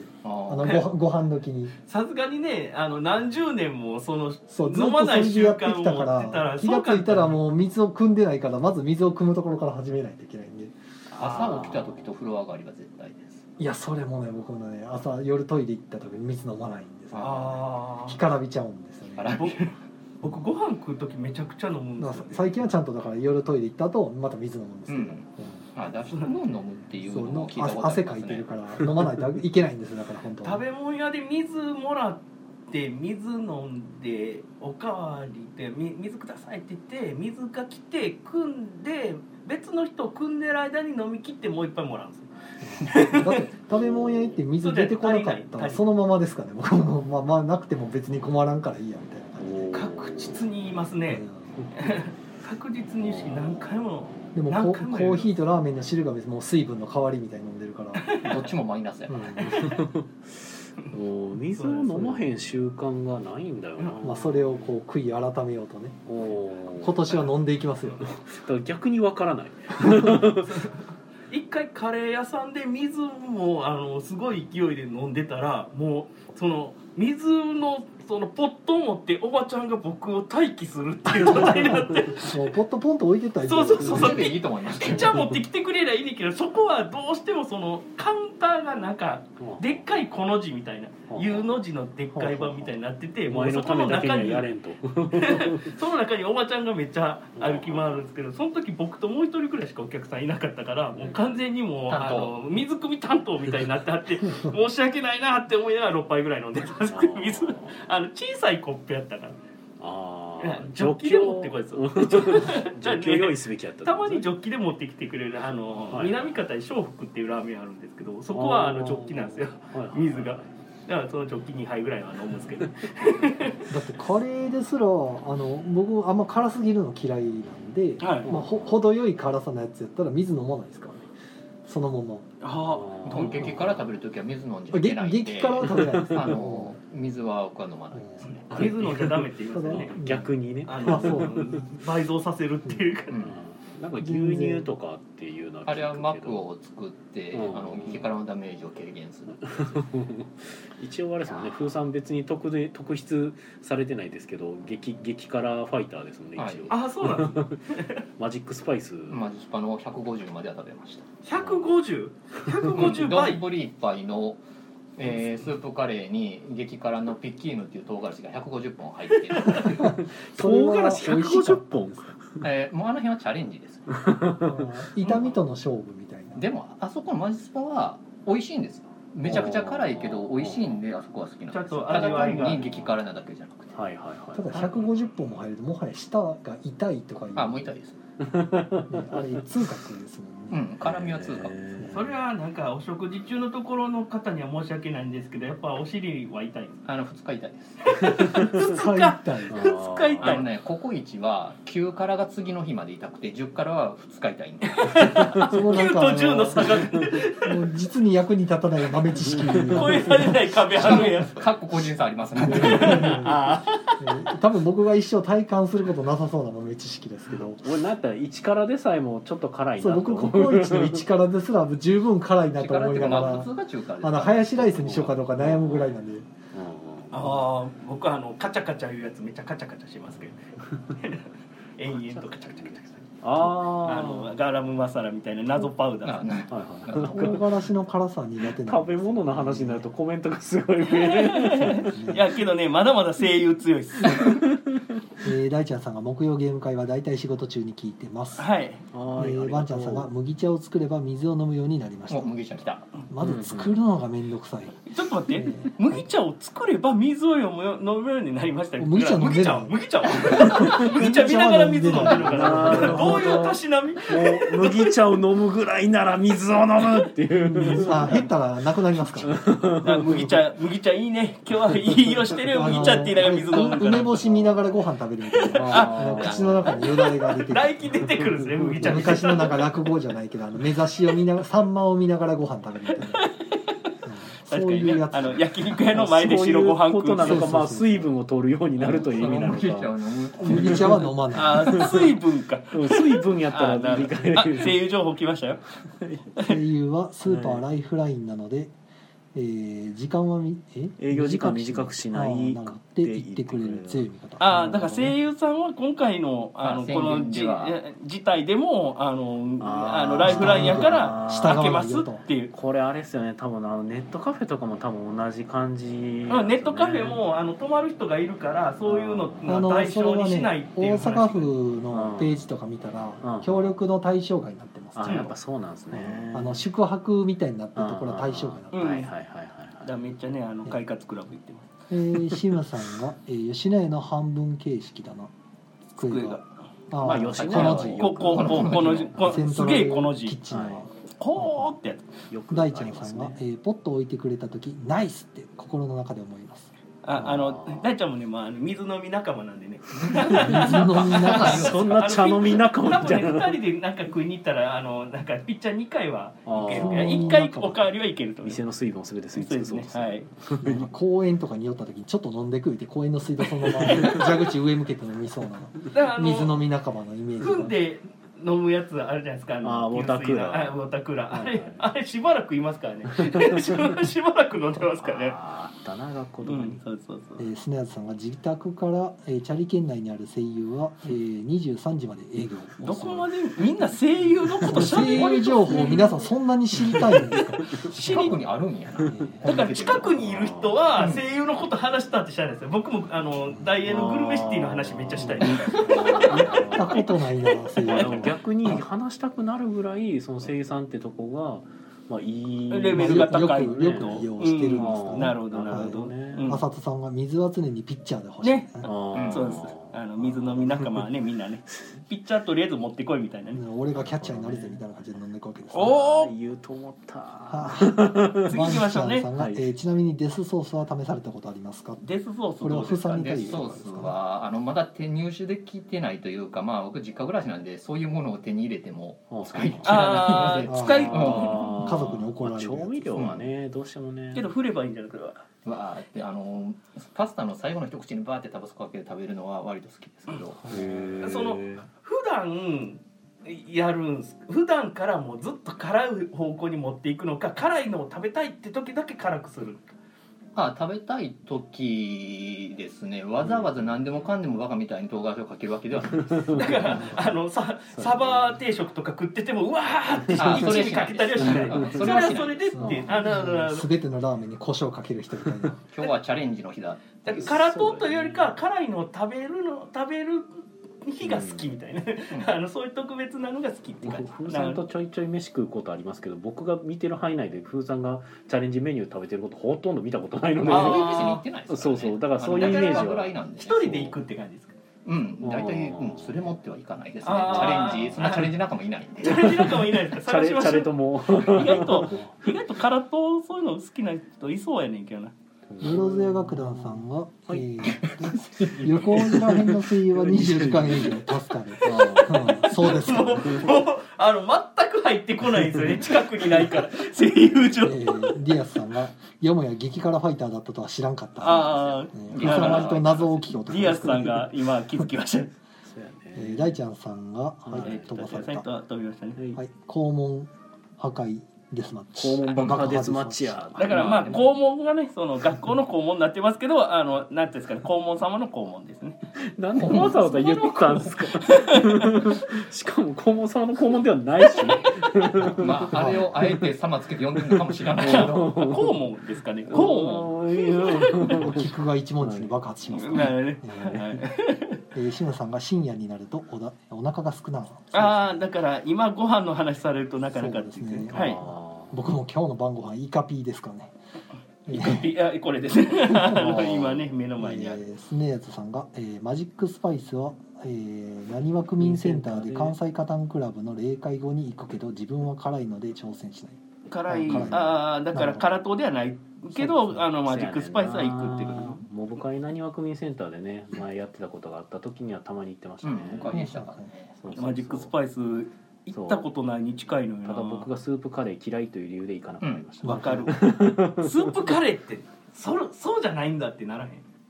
Speaker 3: あのごご飯時に
Speaker 2: さすがにねあの何十年もその
Speaker 3: そうずっと
Speaker 2: 飲まない
Speaker 3: それでやって
Speaker 2: 習慣を持
Speaker 3: きたか
Speaker 2: ってたら
Speaker 3: ら気がついたらもう水を汲んでないからまず水を汲むところから始めないといけないんで。
Speaker 4: 朝起きた時と風呂上がりは絶対です。
Speaker 3: いやそれもね僕のね朝夜トイレ行った時に水飲まないんですよ、ね、
Speaker 2: あ
Speaker 3: 干からびちゃうんですよね。
Speaker 2: 僕ご飯食う時めちゃくちゃ飲むんですよ、ね、
Speaker 3: 最近はちゃんとだから夜トイレ行った後また水飲むんですけど、うん
Speaker 4: あ出し物を飲むっていうのも聞いたことあり
Speaker 3: 汗
Speaker 4: ますね。
Speaker 3: かいてるから飲まないといけないんですよだから本当は
Speaker 2: 食べ物屋で水もらって水飲んでおかわりで水くださいって言って水が来て汲んで別の人を汲んでる間に飲み切ってもう一杯もらうんですよ
Speaker 3: だって食べ物屋行って水出てこなかったらそのままですかね僕もまあまあなくても別に困らんからいいやみたいな感じで
Speaker 2: 確実に言いますね、うん、確実にし何回も
Speaker 3: でもコーヒーとラーメンの汁が別にもう水分の代わりみたいに飲んでるから
Speaker 4: どっちもマイナスやから、
Speaker 1: うん、水を飲まへん習慣がないんだよな。
Speaker 3: まあそれをこう悔い改めようとね今年は飲んでいきますよ
Speaker 1: だから逆にわからない
Speaker 2: 一回カレー屋さんで水もあのすごい勢いで飲んでたらもうその水のそのポットを持っておばちゃんが僕を待機するっていう状態になって
Speaker 3: もうポットポンと置いてったらいい
Speaker 2: そうそうそうそう
Speaker 4: いいと思いますけど
Speaker 2: じゃあ持ってきてくれりゃいいねんけどそこはどうしてもそのカウンターがなんかでっかいこの字みたいな U の字のでっかい版みたいになってて
Speaker 1: お前のためだけにはやれんと
Speaker 2: その中におばちゃんがめっちゃ歩き回るんですけどその時僕ともう一人くらいしかお客さんいなかったからもう完全にもうあの水汲み担当みたいになってあって申し訳ないなって思いながらろっぱいぐらい飲んでたんですけど水あの小さいコップやったから
Speaker 1: あ
Speaker 2: ジョッキで持ってこいですよ
Speaker 1: ジョッキを用意すべきやった
Speaker 2: たまにジョッキで持ってきてくれるあの、はい、南方に笑福っていうラーメンあるんですけどそこはあのジョッキなんですよ、はいはい、水がだからそのジョッキにはいぐらいは飲むんですけどだ
Speaker 3: ってカレーですらあの僕あんま辛すぎるの嫌いなんで、はいまあ、ほ程よい辛さのやつやったら水飲まないですからねそのまま
Speaker 4: ああ激辛食べるときは水飲んじゃいけないんで
Speaker 3: 激辛は食べないです
Speaker 4: あの水は僕は飲まないですね
Speaker 2: 水飲んじゃダメって言いますよね
Speaker 1: 逆にね
Speaker 2: あのそう倍増させるっていうか、うん
Speaker 1: なんか牛乳とかっていうのは
Speaker 4: あれは膜を作って、うん、あの激辛のダメージを軽減する
Speaker 1: 一応あれですもんね風さん別に特で特筆されてないですけど激激辛ファイターですもんね、はい、一応
Speaker 2: あそうなんです
Speaker 1: マジックスパイス
Speaker 4: マジスパのひゃくごじゅうまでは食べました
Speaker 2: ひゃくごじゅう ひゃくごじゅう倍
Speaker 4: 丼一杯のえー、スープカレーに激辛のピッキーヌっていう唐辛子がひゃくごじゅっぽん入ってる
Speaker 1: 唐辛子ひゃくごじゅっぽん
Speaker 4: えー、もうあの辺はチャレンジです
Speaker 3: 痛みとの勝負みたいな
Speaker 4: でもあそこのマジスパは美味しいんですよめちゃくちゃ辛いけど美味しいんであそこは好きなんです
Speaker 2: ちょっと
Speaker 4: ただ単に激辛なだけじゃなくて、
Speaker 1: はいはいはい、
Speaker 3: ただひゃくごじゅっぽんも入るともはや舌が痛いとかいう
Speaker 4: あもう痛いです、ね、
Speaker 3: あれ痛覚ですもんね
Speaker 4: うん辛みは痛覚ですね
Speaker 2: それはなんかお食事中のところの方には申し訳ないんですけどやっぱお尻は痛い
Speaker 4: あのふつか痛いです
Speaker 3: ふつか痛い
Speaker 2: ふつか痛い
Speaker 4: あのねココイチはきゅう辛が次の日まで痛くてじゅう辛はふつか痛いんできゅ
Speaker 2: うとじゅうの差が
Speaker 3: もう実に役に立たない豆知識
Speaker 2: 超えられない壁あるやつ
Speaker 4: かっこ個人差ありますね
Speaker 3: あ多分僕が一生体感することなさそうな豆知識ですけど
Speaker 1: 俺なんかいち辛でさえもちょっと辛いなと
Speaker 3: そう僕ココイチのいち辛ですら十分辛いなと思いながらあのハヤシライスにしようかどうか悩むぐらいなんで、うん、
Speaker 2: ああ僕はあのカチャカチャいうやつめっちゃカチャカチャしますけど延々とカチャカチャカチャああのガラムマサラみたいな謎パウダー
Speaker 3: 唐辛子の辛さは苦手な
Speaker 1: 食べ物の話になるとコメントがすごい増え
Speaker 2: るいやけどねまだまだ声優強いです
Speaker 3: えー、大ちゃんさんが木曜ゲーム会はだいたい仕事中に聞いてます
Speaker 2: はい、
Speaker 3: えー、バンちゃんさんが麦茶を作れば水を飲むようになりました
Speaker 4: 麦茶来た
Speaker 3: まず作るのがめんどくさい、
Speaker 2: ちょっと待って、えー、麦茶を作れば水を飲むようになりました
Speaker 3: 麦茶飲んでる
Speaker 2: 麦茶麦茶見ながら水飲んでるからどういうたしなみも
Speaker 1: う麦茶を飲むぐらいなら水を飲むっていう
Speaker 3: あ減ったらなくなりますから
Speaker 2: 麦茶麦茶いいね今日はいい色してるよ麦茶って言いながら水飲むから
Speaker 3: 梅干し見ながらご飯食べるみたいなあ口の中によだれが出てくる
Speaker 2: 唾液出てくるんですね麦茶
Speaker 3: 昔のなんか落語じゃないけどあの目指しを見ながらサンマを見ながらご飯食べるみたいな
Speaker 2: 確かにね、あの焼肉屋の前で白ご飯食う
Speaker 1: なのか、まあ水分を取るようになるという意味なのか。
Speaker 3: 麦茶は飲まない。
Speaker 2: あ、水分か。
Speaker 1: 水分やったら理解できる。
Speaker 2: 声優情報来ましたよ。
Speaker 3: 声優はスーパーライフラインなので、 えー、時間はみえ
Speaker 1: 営業時間短くしない
Speaker 3: って言ってくれる強い味方。
Speaker 2: ああだから声優さんは今回のあの
Speaker 4: あ
Speaker 2: このじ
Speaker 4: 宣言では
Speaker 2: 事態でもあの
Speaker 1: あー
Speaker 2: あのライフラインやから
Speaker 3: 従
Speaker 2: 開けま
Speaker 3: わないよと
Speaker 2: すっていう。
Speaker 1: これあれですよね、多分あのネットカフェとかも多分同じ感じなんですよね、
Speaker 2: うんネットカフェもあの泊まる人がいるからそういうの
Speaker 3: あの
Speaker 2: の対象
Speaker 3: それは
Speaker 2: にしないっ
Speaker 3: ね
Speaker 2: ていう話。
Speaker 3: 大阪府のページとか見たら、
Speaker 1: うん
Speaker 3: 協力の対象外になってます、
Speaker 1: あやっぱそうなんですね、
Speaker 3: あの宿泊みたいになってるところは対象外になって
Speaker 2: うん
Speaker 1: はいはいはいはい
Speaker 2: だからめっちゃねあの快活クラブ行ってます。
Speaker 3: えー、シムさんが、えー、吉野家の半分形式だな
Speaker 2: 机が
Speaker 3: あー
Speaker 1: まあ吉野
Speaker 3: この字
Speaker 1: 家はよ
Speaker 2: ここここの字こ
Speaker 3: セント
Speaker 2: すげえ
Speaker 3: ラル
Speaker 2: この字
Speaker 3: キッチンの、
Speaker 1: はい
Speaker 2: こうってやつ。
Speaker 1: よく
Speaker 3: 大
Speaker 1: あります
Speaker 3: ちゃんさんが、え
Speaker 1: ね。
Speaker 3: ー、ポットを置いてくれた時ナイスって心の中で思います。
Speaker 2: ああの大ちゃんもね、まあ、あの水飲み仲間なんでね
Speaker 3: 水飲みながら
Speaker 1: そんな茶飲み仲間みたいな。
Speaker 2: 多分ねふたりでなんか食いに行ったらあのなんかピッチャーにかいはいける
Speaker 3: あー
Speaker 2: いっかいおかわりはいけると思う。
Speaker 1: 店の水分をすべて吸い
Speaker 2: そう
Speaker 1: 尽くそう
Speaker 2: ですね
Speaker 1: ですね。
Speaker 2: はい。
Speaker 3: なんか公園とかに寄った時にちょっと飲んでくいて公園の水道そのまま蛇口上向けて飲みそうな
Speaker 2: だからあの
Speaker 3: 水飲み仲間のイメージ
Speaker 2: 踏んで飲むやつあるじゃないですか。あの
Speaker 1: あーウォータークーラー
Speaker 2: 給水のあウォータークーラーあ
Speaker 1: はいはい
Speaker 2: れあれしばらくいますからねしばしばらく飲んでますからね。
Speaker 1: あーあったな学校とかに
Speaker 2: うん。そうそうそう
Speaker 3: えー、スネアズさんが自宅から、えー、チャリ圏内にある声優は、えー、にじゅうさんじまで営業。
Speaker 2: どこまでみんな声優のことしゃべ
Speaker 3: 声優情報を皆さんそんなに知りたいんですか。
Speaker 4: 近くにあるんやな。
Speaker 2: だから近くにいる人は声優のこと話したってしたいんですよ。僕もあの大英のグルメシティの話めっちゃしたいです。
Speaker 3: 行ったことないな声優
Speaker 1: まあでも逆に話したくなるぐらいその声優さんってとこがまあいい
Speaker 2: レベルが高い
Speaker 3: よくよく利用してるんですかね。
Speaker 2: なるほどなるほど
Speaker 1: ね
Speaker 2: うん
Speaker 3: 浅田さんが水は常にピッチャーで欲しい。
Speaker 2: ね
Speaker 1: あー
Speaker 2: そうです。あの水飲み仲間はねみんなねピッチャーとりあえず持ってこいみたいなね。
Speaker 3: 俺がキャッチャーになるぜみたいな感じで飲んでいくわけです、ね。
Speaker 2: おお
Speaker 1: 言うと思った。
Speaker 3: は
Speaker 2: 次行きましょうね
Speaker 3: ワンちゃんさんが、
Speaker 1: はい
Speaker 3: えーちなみにデスソースは試されたことありますか。
Speaker 2: デスソース
Speaker 3: これは
Speaker 2: どうですか
Speaker 3: ふさに
Speaker 4: デスソースはあのまだ手入手できてないというか、まあ僕実家暮らしなんでそういうものを手に入れても使い切らないので。
Speaker 2: あー使い
Speaker 1: あー
Speaker 3: 家族に怒られるやつ
Speaker 1: 調味料はねどうしてもね。
Speaker 2: けど振ればいいんじゃないか
Speaker 4: わーってあのパスタの最後の一口にバーってタバスコかけて食べるのは割と好きですけど、
Speaker 1: へー
Speaker 2: その普段やるんす普段からもうずっと辛い方向に持っていくのか辛いのを食べたいって時だけ辛くする。
Speaker 4: あ食べたい時ですね、わざわざ何でもかんでもバカみたいに唐辛子をかけるわけではないです
Speaker 2: だからあのさサバ定食とか食っててもうわーって
Speaker 4: あそれ
Speaker 2: 一味かけたりはしない。
Speaker 4: うん
Speaker 2: それはそれでってあなるほどなるほど。
Speaker 3: すべてのラーメンに胡椒かける人みたいな。
Speaker 4: 今日はチャレンジの日だ。
Speaker 2: だから辛党というよりかは辛いのを食べるの食べる日が好きみたいな、あのそういう特別なのが好きって感じ。
Speaker 1: 風さんとちょいちょい飯食うことありますけど僕が見てる範囲内で風さんがチャレンジメニュー食べてることほとんど見たことないので
Speaker 2: あー
Speaker 4: そういう店に行ってないですからね。
Speaker 1: そうそうだからそういうイメージは
Speaker 4: あのぐらいなんでね
Speaker 2: 一人で行くって感じですか。
Speaker 4: うん、大体、うん、それ持ってはいかないですね。チャ
Speaker 2: あー
Speaker 4: レンジ、そんなチャレンジ仲間いないんで。
Speaker 2: チャレンジ仲間いないですか。
Speaker 1: チャレチャレと
Speaker 2: も
Speaker 1: も
Speaker 2: 意外と意外と辛党そういうの好きな人いそうやねんけどな。
Speaker 3: ブロズヤ楽団さんが、えー、横尾ら辺の声優はにじゅうじかん営業助かる。うん、そうですか。
Speaker 2: もうもうあの全く入ってこないんですよね。近くにないから声優上。
Speaker 3: えー、ディアスさんがよもや激辛ファイターだったとは知らんかった。
Speaker 2: ああ、
Speaker 3: えー、ふさ割と謎大きい男
Speaker 2: ディアスさんが今気づきました。
Speaker 1: そう
Speaker 3: えー、
Speaker 1: やね
Speaker 3: 大ちゃんさんが、はい
Speaker 1: はい
Speaker 3: 飛ばされた。
Speaker 2: と飛びましたね。
Speaker 1: はい
Speaker 3: はい、肛門破壊デスマッチ。
Speaker 1: 肛門爆破デスマッチや
Speaker 2: だからまあ肛門がねその学校の肛門になってますけどあのなんていうんですかね肛門様の肛門ですね。
Speaker 1: なんでわざわざ言ったんですかしかも肛門様の肛門ではないし
Speaker 4: まあ、あれをあえて様つけて呼んでるのかもしれないけど。
Speaker 2: 肛門ですかね。肛門。
Speaker 3: 菊が一文字に爆発します、
Speaker 2: なるほどね。
Speaker 3: え
Speaker 2: はい
Speaker 3: ーえー、志村さんが深夜になるとおだお腹が少な
Speaker 2: ああだから今ご飯の話されるとなかなかっていう
Speaker 3: そうですね
Speaker 2: はい。
Speaker 3: 僕も今日の晩ご飯イカピーですかね。えー
Speaker 2: いやこれですね。あの今ね目の前にある。
Speaker 3: えースネーズさんが、えーマジックスパイスは、えー、なにわ区民センターで関西カタンクラブの例会後に行くけど自分は辛いので挑戦しない。
Speaker 2: 辛い
Speaker 3: 辛い
Speaker 2: ああだから辛党ではないけどあのマジックスパイスは行くっていうこと。
Speaker 1: モブ会なにわ区民センターでね前やってたことがあった時にはたまに行ってましたね、
Speaker 4: うん、僕はでしたからね。
Speaker 1: そうそうそう
Speaker 2: マジックスパイス行ったことないに近いのよな。
Speaker 1: ただ僕がスープカレー嫌いという理由で行かなくなりました、
Speaker 2: わかる。スープカレーってそそうじゃないんだってならへん。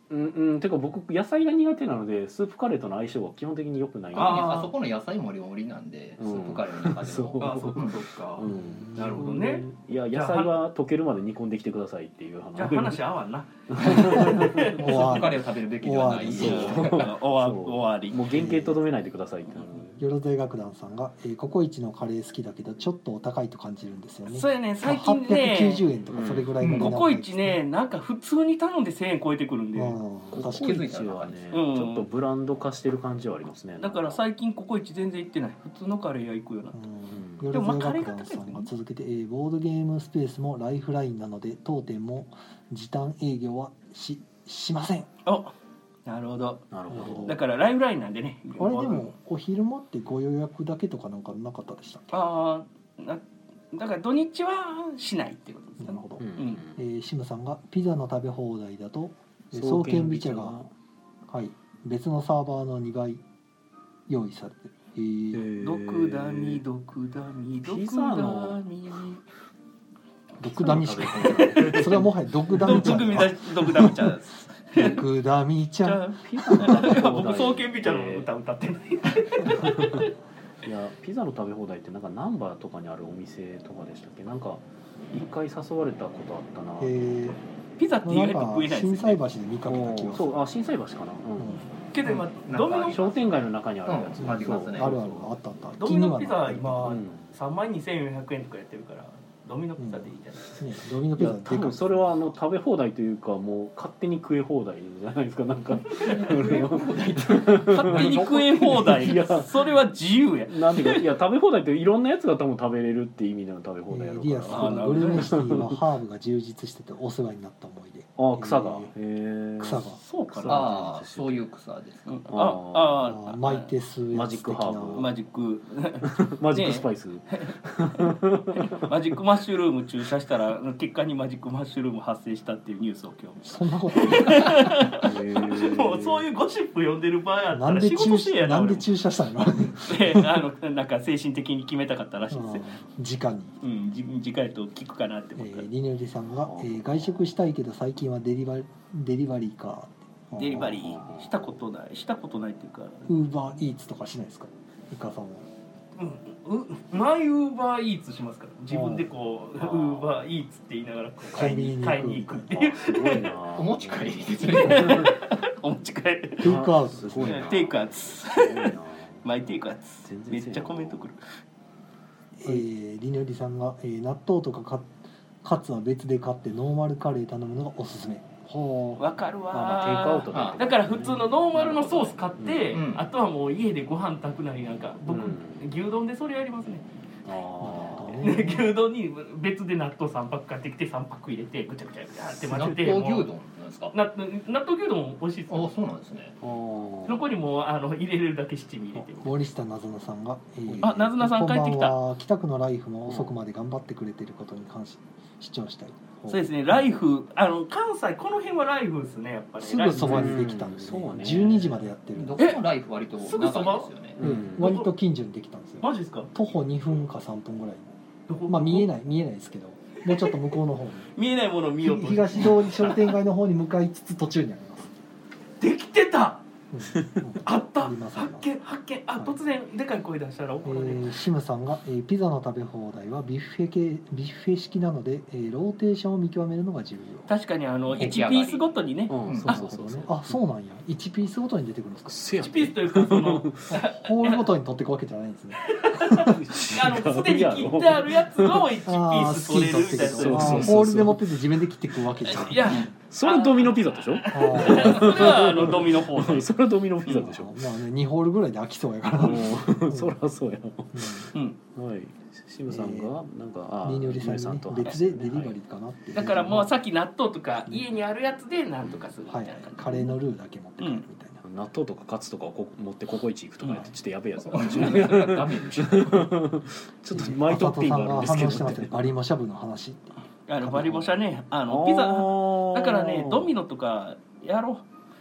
Speaker 1: うんうん、てか僕野菜が苦手なのでスープカレーとの相性は基本的に良くない。
Speaker 4: ああそこの野菜もりもりなんで、うん、スープカレーの中でも
Speaker 2: あそっかそっか、うん、なるほどね。
Speaker 1: いや野菜は溶けるまで煮込んできてくださいっていう話。
Speaker 2: じゃあ話合わんな
Speaker 4: スープカレーを食べるべきではない。
Speaker 2: 終わ終わり。
Speaker 1: もう原型とどめないでくださいってなる。
Speaker 3: よろずい楽団さんが、えー、ココイチのカレー好きだけどちょっとお高いと感じるんですよね。
Speaker 2: そうやね、最近ね
Speaker 3: はっぴゃくきゅうじゅうえんとかそれぐらいの値段、
Speaker 2: うん、ココイチねなんか普通に頼んでせんえん超えてくるんで、
Speaker 1: ココイチはね、うん、ちょっとブランド化してる感じはありますね。
Speaker 2: だから最近ココイチ全然行ってない。普通のカレー屋行くようになった。
Speaker 3: うん、でもまあカレー楽団さんが続けて、えー、ボードゲームスペースもライフラインなので当店も時短営業は し, しません。
Speaker 2: あなるほど。
Speaker 1: なるほど。
Speaker 2: だからライフラインなんでね。
Speaker 3: あれでもお昼間ってご予約だけとかなんかなかったでしたっけ？
Speaker 2: ああ、なだから土日はしないってことですね。
Speaker 3: なるほど。
Speaker 2: うん、
Speaker 3: えー、シムさんがピザの食べ放題だと双剣ビチャがはい別のサーバーのにばい用意されてる。えー、
Speaker 2: ドクダミドクダミドクダミ
Speaker 3: ドクダミしかそれはもはやドクダミちゃん
Speaker 2: ドクダミちゃんです
Speaker 3: ドクダミちゃん
Speaker 2: 僕双剣ビチャの歌歌ってない
Speaker 1: いやピザの食べ放題ってなんか難波とかにあるお店とかでしたっけ？なんか一回誘われたことあったな。
Speaker 3: え
Speaker 2: ー、ピザって意外と食えないですね。
Speaker 3: 心斎橋で見かけた気がする。
Speaker 1: そうあ心斎橋かな。うん
Speaker 2: けど今ドミノ
Speaker 1: 商店街の中にあるやつ、
Speaker 4: うん、ありますね。
Speaker 3: あるあるあったあった。
Speaker 2: ドミノピザ今さんまんにせんよんひゃくえんとかやってるからドミノピザでいいじゃないですか。
Speaker 3: うんね、ドミノピザ
Speaker 1: 多分それはあの食べ放題というかもう勝手に食え放題じゃないですか。なんか勝
Speaker 2: 手に食え放題。いやそれは自由や。
Speaker 1: なんでかいや食べ放題っていろんなやつが多分食べれるって意味での食べ放題やろうから。
Speaker 3: リアスブルーメシティはハーブが充実しててお世話になった思い出。
Speaker 1: あ草が、えー、
Speaker 3: 草が
Speaker 2: そうかな。
Speaker 4: ああそういう草ですか。
Speaker 3: ああマイテス
Speaker 1: マジックハーブ
Speaker 2: マジック
Speaker 1: マジックスパイス
Speaker 2: マジックマッシュルーム注射したら結果にマジックマッシュルーム発生したっていうニュースを今日
Speaker 3: そんなことない
Speaker 2: もうそういうゴシップ読んでる場合あったら仕事してやな。
Speaker 3: なんで注射したの
Speaker 2: あのなんか精神的に決めたかったらしいですよ。
Speaker 3: 直に
Speaker 2: うん直やと聞くかなって思った。
Speaker 3: えー、リネルリさんが、えー、外食したいけど最近はデリバデリバリーか
Speaker 2: デリバリーしたことないしたことないっていうか
Speaker 3: ウーバーイーツとかしないですかイカさんは。
Speaker 2: うん、マイウーバーイーツしますから自分でこうウーバーイーツって言いながらこう買いに買いに行くっていう。
Speaker 1: すごいな。
Speaker 4: お持ち帰りですね。
Speaker 2: お持ち帰り。
Speaker 3: テイクアウト
Speaker 1: すごいな。
Speaker 2: テイクアウト。マイテイクアウト。めっちゃコメントくる。
Speaker 3: えー、リネルリさんが、えー、納豆とかカカツは別で買ってノーマルカレー頼むのがおすすめ。
Speaker 2: わかるわ、
Speaker 1: まあ、テイクアウト
Speaker 2: だ, だから普通のノーマルのソース買って、
Speaker 4: うん、
Speaker 2: あとはもう家でご飯炊くなりなんか僕、うん、牛丼でそれやりますね。
Speaker 1: あ
Speaker 2: ね、牛丼に別で納豆さんパック買ってきてさんパック入れてぐちゃぐちゃやって混ぜて。
Speaker 4: 納豆牛丼なんですか？
Speaker 2: な納豆牛丼美味しいです。
Speaker 4: あ、そうなんですね。
Speaker 2: そこにもあの入れれるだけ七味入れてる。
Speaker 3: 森下なずなさんが、えー、
Speaker 2: あ、なずなさん帰ってきた。
Speaker 3: 北区のライフも遅くまで頑張ってくれてることに関し主張したい。
Speaker 2: そうですね、ライフあの関西この辺はライフですねやっぱり。
Speaker 3: すぐそばにできたんですね。うん、じゅうにじまでやってる。
Speaker 4: どこもライフ割と長いですよね。
Speaker 3: うん、割と近所にできたんですよ。
Speaker 2: マジですか？
Speaker 3: 徒歩にふんかさんぷんぐらい。まあ見えない見えないですけど、もうちょっと向こうの方に
Speaker 2: 見えないものを見ようと
Speaker 3: 東通り商店街の方に向かいつつ途中にあります。
Speaker 2: できてた。うん、あった
Speaker 3: あります
Speaker 2: 発見発見あ、はい、突然でかい声出したら怒られる。
Speaker 3: えー、シムさんが、えー、ピザの食べ放題はビュッフェ系ビュッフェ式なので、えー、ローテーションを見極めるのが重要。
Speaker 2: 確かにあのいちピースごとにね、
Speaker 1: うん、そうそうそうそう。
Speaker 3: あ、そうなんや。いちピースごとに出てくるんですか？
Speaker 2: いちピースというかその
Speaker 3: ホールごとに取っていくわけじゃないんですね。
Speaker 2: あのすでに切ってあるやつをいちピース取れるみたいな。
Speaker 3: そうそうそうそう、ホールで持ってて自分で切っていくわけじゃない。
Speaker 2: いや。
Speaker 1: それドミノピザでしょ？
Speaker 2: それはあのドミノポーズ。
Speaker 1: それはドミノピザでしょ？
Speaker 3: まあね、にホールぐらいで飽きそうやから。
Speaker 1: そりゃそうや。
Speaker 2: うん。
Speaker 1: はい。シムさんがなんかあ
Speaker 3: ニニョリさんに、ね、別でデリバリーかなって。
Speaker 2: だからもうさっき納豆とか家にあるやつでなんとかするみたいな。はい。
Speaker 3: カレーのルーだけ持ってくるみたいな。
Speaker 1: 納豆とかカツとかをこ持ってココイチ行くとかやってちょっとやべえやつ。ダメでしょ。ちょっとマイトッピングあるんですけど。
Speaker 3: バリモシャブの話。
Speaker 2: あのバリモシャね、あのピザだからねドミノとかやろ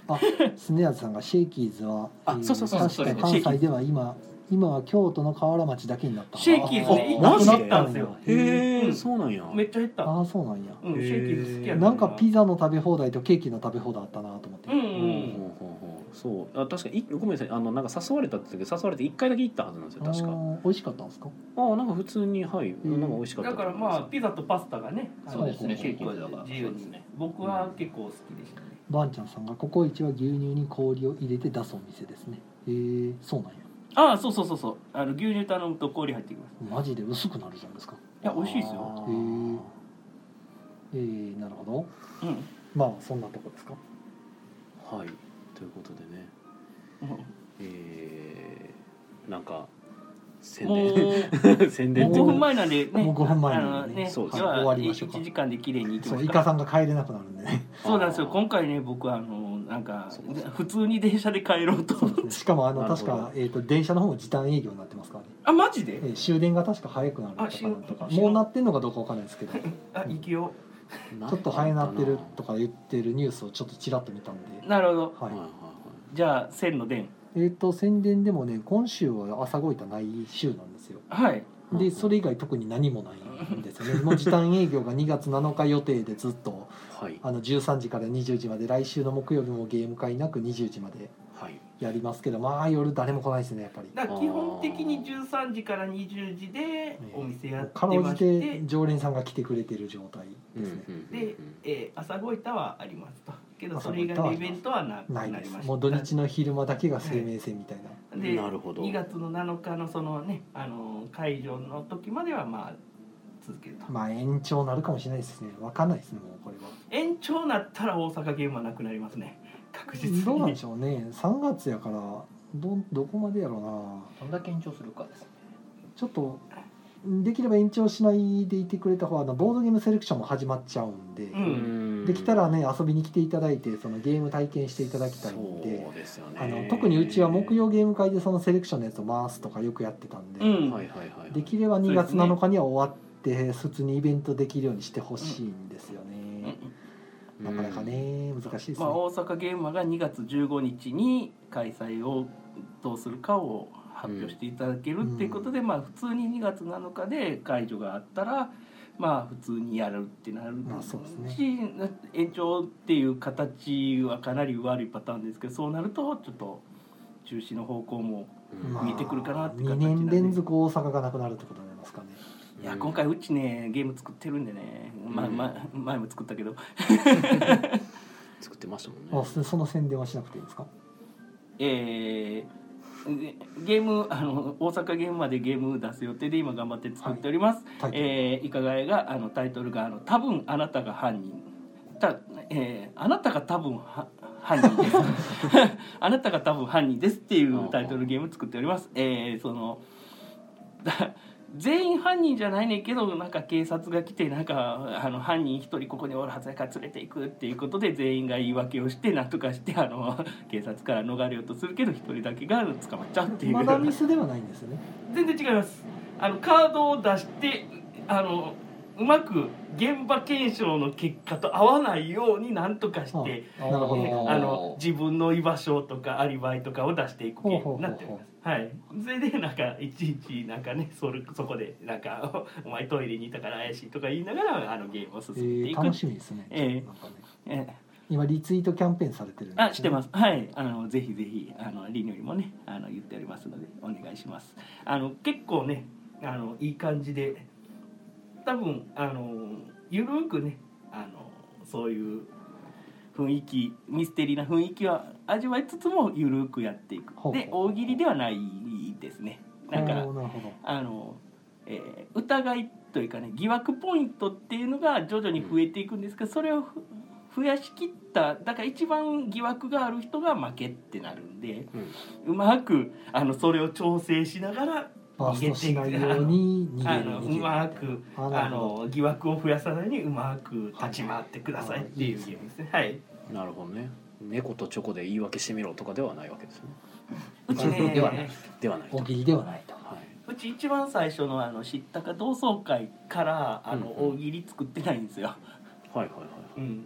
Speaker 3: あ、スネアズさんがシェイキーズは、
Speaker 1: あ
Speaker 3: えー
Speaker 1: そうそうそう
Speaker 3: 確か関西では今今は京都の河原町だけになった。
Speaker 2: シェイキーズね
Speaker 3: あ
Speaker 1: マジで
Speaker 3: なくなったんですよ。
Speaker 1: へえ、
Speaker 2: うん
Speaker 1: そうなんや。
Speaker 2: めっちゃ減った。
Speaker 3: ああそうなんや。
Speaker 2: うん、シェイキーズ好きやった
Speaker 3: なんかピザの食べ放題とケーキの食べ放題あったなと思って。
Speaker 2: うんう
Speaker 1: ほうほうほうほうそうあ確かにいごめんなさいあのなんか誘われたって言ったけど誘われていっかいだけ行ったはずなんですよ確か。
Speaker 3: あー美味しかったんですか？
Speaker 1: ああなんか普通にはい、
Speaker 3: ん
Speaker 1: なんか美味しかった
Speaker 2: だからまあピザとパスタがね、あの
Speaker 4: そうですね
Speaker 2: 結構
Speaker 4: シェイキーズだから
Speaker 2: 自由にね。僕は結構好きでしたね。
Speaker 3: バンちゃんさんがココイチは牛乳に氷を入れて出すお店ですね。へえそうなんや。
Speaker 2: ああ、そうそうそうそう。あの牛乳頼むと氷入ってきます。
Speaker 3: マジで薄くなるじゃないですか。
Speaker 2: いや美味しいですよ。
Speaker 1: あー
Speaker 3: えー、なるほど。
Speaker 2: うん。
Speaker 3: まあそんなとこですか。
Speaker 1: はいということでね
Speaker 2: うん
Speaker 1: えー、なんか宣
Speaker 2: も
Speaker 1: 伝
Speaker 2: う
Speaker 1: 宣伝
Speaker 3: もう
Speaker 2: ごふんまえなんでね。
Speaker 3: もうごふんまえ
Speaker 2: あ
Speaker 3: なんでね
Speaker 2: のね、
Speaker 1: そうです
Speaker 2: では
Speaker 3: 終わりましょうか
Speaker 2: いちじかんで綺麗にいき
Speaker 3: そうイ
Speaker 2: ますか。
Speaker 3: カさんが帰れなくなるんでね。
Speaker 2: そうなんですよ。
Speaker 1: あー
Speaker 2: 今回ね僕はあのなんか
Speaker 1: そうです
Speaker 2: 普通に電車で帰ろうと。
Speaker 3: しかもあの
Speaker 1: なるほど
Speaker 3: 確か、えー、と電車の方も時短営業になってますからね。
Speaker 2: あマジで？
Speaker 3: えー終電が確か早くなるとか
Speaker 2: あし
Speaker 3: なんとか
Speaker 2: し
Speaker 3: もうなってんのかどうかわかんないですけどち
Speaker 2: あ行きよ
Speaker 3: ょっと早なってるとか言ってるニュースをちょっとちらっと見たんで、
Speaker 2: う。なるほど。
Speaker 3: はい
Speaker 1: はいはいはい
Speaker 2: じゃあ千の伝。
Speaker 3: えー、と宣伝でもね今週は朝ごいたない週なんですよ。
Speaker 2: はい。
Speaker 3: でそれ以外特に何もないんですよね。もう時短営業がにがつなのか予定でずっと
Speaker 1: はい
Speaker 3: あのじゅうさんじからにじゅうじまで来週の木曜日もゲーム会なくにじゅうじまで
Speaker 1: はい
Speaker 3: やりますけど、まあ夜誰も来ないですねやっぱり。
Speaker 2: だから基本的にじゅうさんじからにじゅうじでお店やって
Speaker 3: かろうじ
Speaker 2: まして
Speaker 3: て、常連さんが来てくれてる状態
Speaker 1: うん
Speaker 3: ですね。
Speaker 1: うんうん
Speaker 2: で、えー朝ごいたはありますと。けど
Speaker 3: 朝
Speaker 2: それ以
Speaker 3: ごいたは
Speaker 2: 外のイベントはなく
Speaker 3: ないです
Speaker 2: なりました。
Speaker 3: もう土日の昼間だけが生命線みたいな。
Speaker 2: で
Speaker 1: なるほど
Speaker 2: にがつのなのかのそのねあの会場の時まではまあ続けると。
Speaker 3: まあ延長なるかもしれないですね。わかんないですねもうこれは。
Speaker 2: 延長なったら大阪ゲームはなくなりますね。確実に。
Speaker 3: どうなんでしょうね。さんがつやからどどこまでやろうな。
Speaker 4: どんだけ延長するかですね。
Speaker 3: ちょっとできれば延長しないでいてくれた方があのボードゲームセレクションも始まっちゃうんで、
Speaker 2: う
Speaker 1: うんん
Speaker 3: できたらね遊びに来ていただいてそのゲーム体験していただきたいん
Speaker 1: そ
Speaker 3: で
Speaker 1: う、ですよね
Speaker 3: あの特にうちは木曜ゲーム会でそのセレクションのやつを回すとかよくやってたんで、
Speaker 2: うん。
Speaker 1: はいはいはい
Speaker 3: できればにがつなのかには終わって普通にイベントできるようにしてほしいんですよね。なかなかね難しいですね。
Speaker 2: まあ大阪ゲームマがにがつじゅうごにちに開催をどうするかを発表していただけるっていうことで、まあ普通ににがつなのかで解除があったらまあ普通にやるってなる
Speaker 3: まあそうですね
Speaker 2: し、延長っていう形はかなり悪いパターンですけど、そうなるとちょっと中止の方向も
Speaker 1: うん
Speaker 3: まあ
Speaker 2: 見えてくるかなって形なん
Speaker 3: に
Speaker 2: で
Speaker 3: ねん連続大阪がなくなるってことになりますかね。
Speaker 2: いや今回うちねゲーム作ってるんでね、まあまあ、前も作ったけど
Speaker 1: 作ってましたもんね
Speaker 3: あそその宣伝はしなくていいんですか？
Speaker 2: えーゲゲームあの大阪ゲームまでゲーム出す予定で今頑張って作っております。
Speaker 3: タイトル
Speaker 2: えーいかがやがあのタイトルがあの多分あなたが犯人た、えーあなたが多分は犯人ですあなたが多分犯人ですっていうタイトルゲーム作っております。えーそのだ全員犯人じゃないねんけどなんか警察が来てなんかあの犯人一人ここにおるはずやから連れていくっていうことで全員が言い訳をしてなんとかしてあの警察から逃れようとするけど一人だけが捕まっちゃうっていう
Speaker 3: まだミスではないんですよね。
Speaker 2: 全然違いますあのカードを出してあのうまく現場検証の結果と合わないようになんとかして
Speaker 3: あなるほど
Speaker 2: えあの自分の居場所とかアリバイとかを出していくゲームになっております。はい。それでなんかいちいちなんかねそれそこでなんかお前トイレにいたから怪しいとか言いながらあのゲームを進
Speaker 3: え
Speaker 2: めていく。
Speaker 3: ー、楽しみですね。
Speaker 2: ええ
Speaker 3: なんかね
Speaker 2: え
Speaker 3: 今リツイートキャンペーンされてるんです、ね。
Speaker 2: あしてます。はい。あのぜひぜひあのリニューにもねあの言っておりますのでお願いします。あの結構ねあのいい感じで多分あのゆるくねあのそういう雰囲気ミステリーな雰囲気は味わいつつもゆるくやっていく
Speaker 3: ほうほう
Speaker 2: で大喜利ではないですねだから
Speaker 3: おーなるほど。
Speaker 2: あの、えー疑いというかね疑惑ポイントっていうのが徐々に増えていくんですけどそれをふ増やしきっただから一番疑惑がある人が負けってなるんで
Speaker 1: うん
Speaker 2: うまくあのそれを調整しながら
Speaker 3: バーストしないように逃げる
Speaker 2: あのう
Speaker 3: 逃げる
Speaker 2: まく
Speaker 3: あな
Speaker 2: あ
Speaker 3: るほど
Speaker 2: の疑惑を増やさないようにうまく立ち回ってくださいっていうゲームですね。はい。
Speaker 1: なるほどね猫とチョコで言い訳してみろとかではないわけですね
Speaker 2: うちね
Speaker 4: ではない
Speaker 1: ではないと
Speaker 3: 大喜利ではないと。
Speaker 1: はいう
Speaker 2: ち一番最初のあの知ったか同窓会からあの
Speaker 1: うんうん
Speaker 2: 大喜利作ってないんですよ。
Speaker 1: はいはいはい
Speaker 2: うん。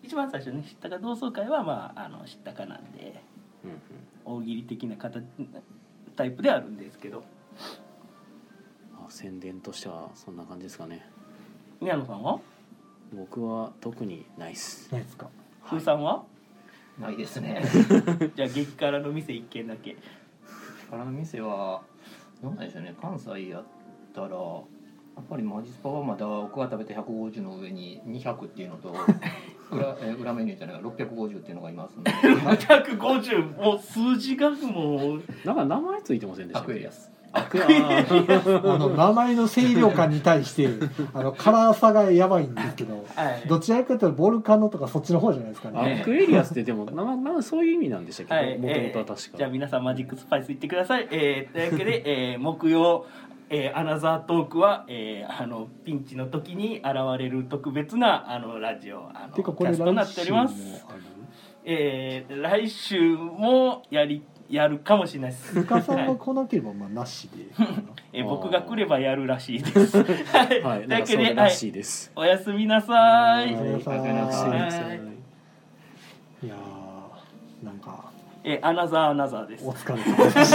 Speaker 2: 一番最初に知ったか同窓会はまああの知ったかなんで、うんうん、大喜利的な形タイプであるんですけど、
Speaker 1: あ宣伝としてはそんな感じですかね。
Speaker 2: 宮野さんは？
Speaker 1: 僕は特にないっす。
Speaker 3: ないですか。
Speaker 2: 風さんは？
Speaker 4: ないですね。
Speaker 2: じゃあ激辛の店一軒だけ。
Speaker 4: からの店はどうなんでしょうね。関西やったらやっぱりマジスパはまだ僕が食べたひゃくごじゅうの上ににひゃくっていうのと裏, え裏メニューじゃないろっぴゃくごじゅうっていうのがいますので
Speaker 2: ろっぴゃくごじゅうもう数字がもう
Speaker 1: なんか名前ついてませんでしたっけ？
Speaker 4: アクエリアス。
Speaker 1: アクエリアス
Speaker 3: あの名前の清涼感に対してあの辛さがやばいんですけど、
Speaker 2: はい、
Speaker 3: どちらかというとボルカノとかそっちの方じゃないですかね。
Speaker 1: アクエリアスってでもななそういう意味なんでしたっけ？
Speaker 2: はい、
Speaker 1: もともとは確か、
Speaker 2: えー、じゃあ皆さんマジックスパイスいってください。えー、というわけで、えー、木曜えー、アナザートークは、えー、あのピンチの時に現れる特別なあのラジオあのキャストになっております。えー、来週もやりやるかもしれないです。
Speaker 3: イカさんが来なければまあなしで、
Speaker 2: えー、僕が来ればやるらしいです。はい、
Speaker 1: はい、
Speaker 2: というわけで、
Speaker 1: らしいです。
Speaker 2: はい、おやすみなさい。
Speaker 3: おやすみなさい。いやーなんか。
Speaker 2: えー、アナザーアナザーです。
Speaker 3: お疲れ様でした。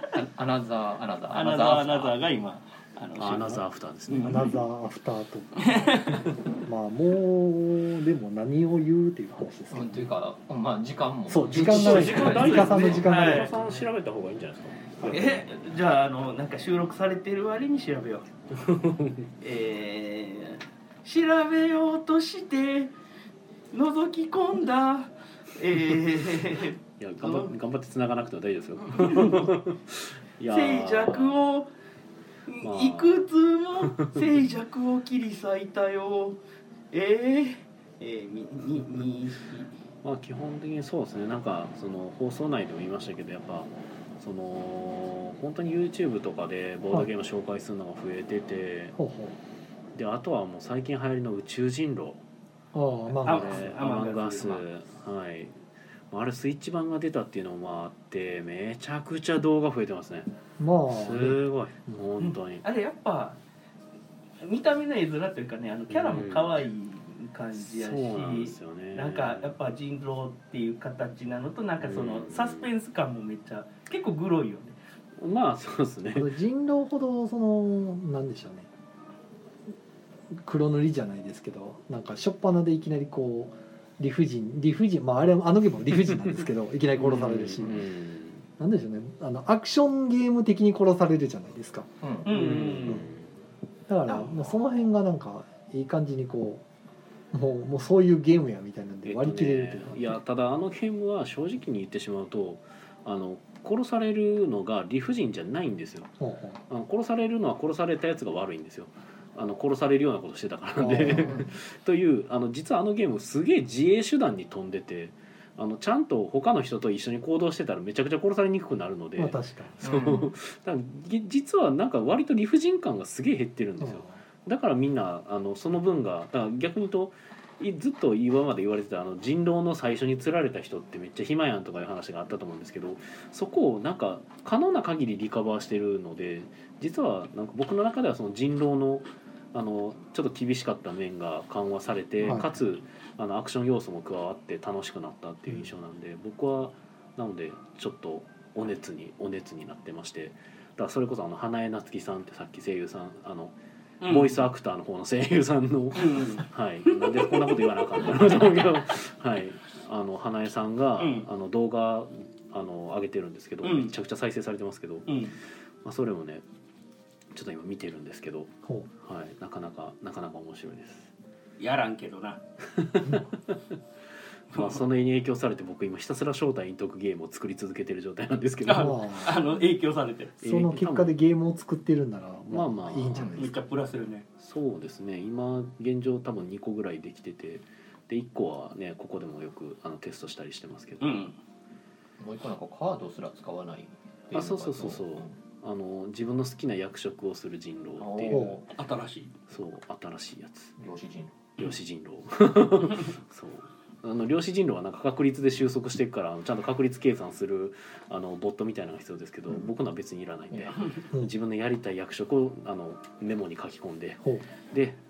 Speaker 4: アナザーアナザー
Speaker 2: アナザーアナザーが今
Speaker 1: あのアナザーアフターですね。
Speaker 3: アナザーアフターとまあもうでも何を言うっていう話ですけど、
Speaker 4: というかまあ時間も
Speaker 3: そう時間がない。
Speaker 1: 時間大
Speaker 3: イカさんの時間がない。
Speaker 1: イカさん調べた方がいいんじゃないですか。
Speaker 2: えじゃああのなんか収録されてる割に調べよう。えー、調べようとして覗き込んだ。えー
Speaker 1: いや頑張頑張って繋がなくても大丈夫ですよ。いや
Speaker 2: 静寂を、まあ、いくつも静寂を切り裂いたよ。えー、えー、みにに
Speaker 1: まあ基本的にそうですね。なんかその放送内でも言いましたけどやっぱその本当に YouTube とかでボードゲーム紹介するのが増えてて、はい、であとはもう最近流行りの宇宙人狼、
Speaker 3: ああマンガス、
Speaker 1: アマンガス、はい。あれスイッチ版が出たっていうのもあってめちゃくちゃ動画増えてますね。
Speaker 3: まあ
Speaker 1: すごい本当に、うん、
Speaker 2: あれやっぱ見た目の絵面というかねあのキャラも可愛い感じやし、うん、そうなんですよね。なんかやっぱ人狼っていう形なのとなんかそのサスペンス感もめっちゃ結構グロいよね。
Speaker 1: まあそうですね。
Speaker 3: 人狼ほどそのなんでしょうね黒塗りじゃないですけどなんか初っ端でいきなりこう理不尽理不尽まああれあのゲームも理不尽なんですけどいきなり殺されるし、うん、なんでしょうねあのアクションゲーム的に殺されるじゃないですか、うんうんうん、だからもうその辺がなんかいい感じにこうもうもうそういうゲームやみたいなんで割り切れるというか、
Speaker 1: えっとね、いやただあのゲームは正直に言ってしまうとあの殺されるのが理不尽じゃないんですよ。ほうほうあの殺されるのは殺されたやつが悪いんですよ。あの殺されるようなことしてたからでというあの実はあのゲームすげえ自衛手段に飛んでてあのちゃんと他の人と一緒に行動してたらめちゃくちゃ殺されにくくなるので、
Speaker 3: まあ、確かに
Speaker 1: そう、うん、だから実はなんか割と理不尽感がすげえ減ってるんですよ。だからみんなあのその分がだから逆に言うとずっと今まで言われてたあの人狼の最初に釣られた人ってめっちゃ暇やんとかいう話があったと思うんですけどそこをなんか可能な限りリカバーしてるので実はなんか僕の中ではその人狼のあのちょっと厳しかった面が緩和されて、はい、かつあのアクション要素も加わって楽しくなったっていう印象なんで、うん、僕はなのでちょっとお熱にお熱になってましてだからそれこそあの花江夏樹さんってさっき声優さんあの、うん、ボイスアクターの方の声優さんの、うん、はい、なんでこんなこと言わなあかんのかなと思うけど、はい、あの花江さんが、うん、あの動画あの上げてるんですけど、めちゃくちゃ再生されてますけど、うんまあ、それもねちょっと今見てるんですけど、はい、なかなかなかなか面白いです。
Speaker 2: やらんけどな。
Speaker 1: まあその絵に影響されて僕今ひたすら正体隠匿ゲームを作り続けてる状態なんですけど、
Speaker 2: ああの影響されて
Speaker 3: その結果でゲームを作ってるんならまあまあいいんじゃないですか。
Speaker 2: めっちゃプラスよね。
Speaker 1: そうですね。今現状多分にこぐらいできててでいっこはねここでもよくあのテストしたりしてますけど、うん、
Speaker 4: もういっこなんかカードすら使わない。
Speaker 1: あそうそうそうそう。あの自分の好きな役職をする人狼っていう
Speaker 2: 新しい
Speaker 1: そう新しいやつ
Speaker 4: 漁師人
Speaker 1: 漁師人狼そうあの漁師人狼はなんか確率で収束していくからちゃんと確率計算するあのボットみたいなのが必要ですけど、うん、僕のは別にいらないんで、うん、自分のやりたい役職をあのメモに書き込んで、うん、で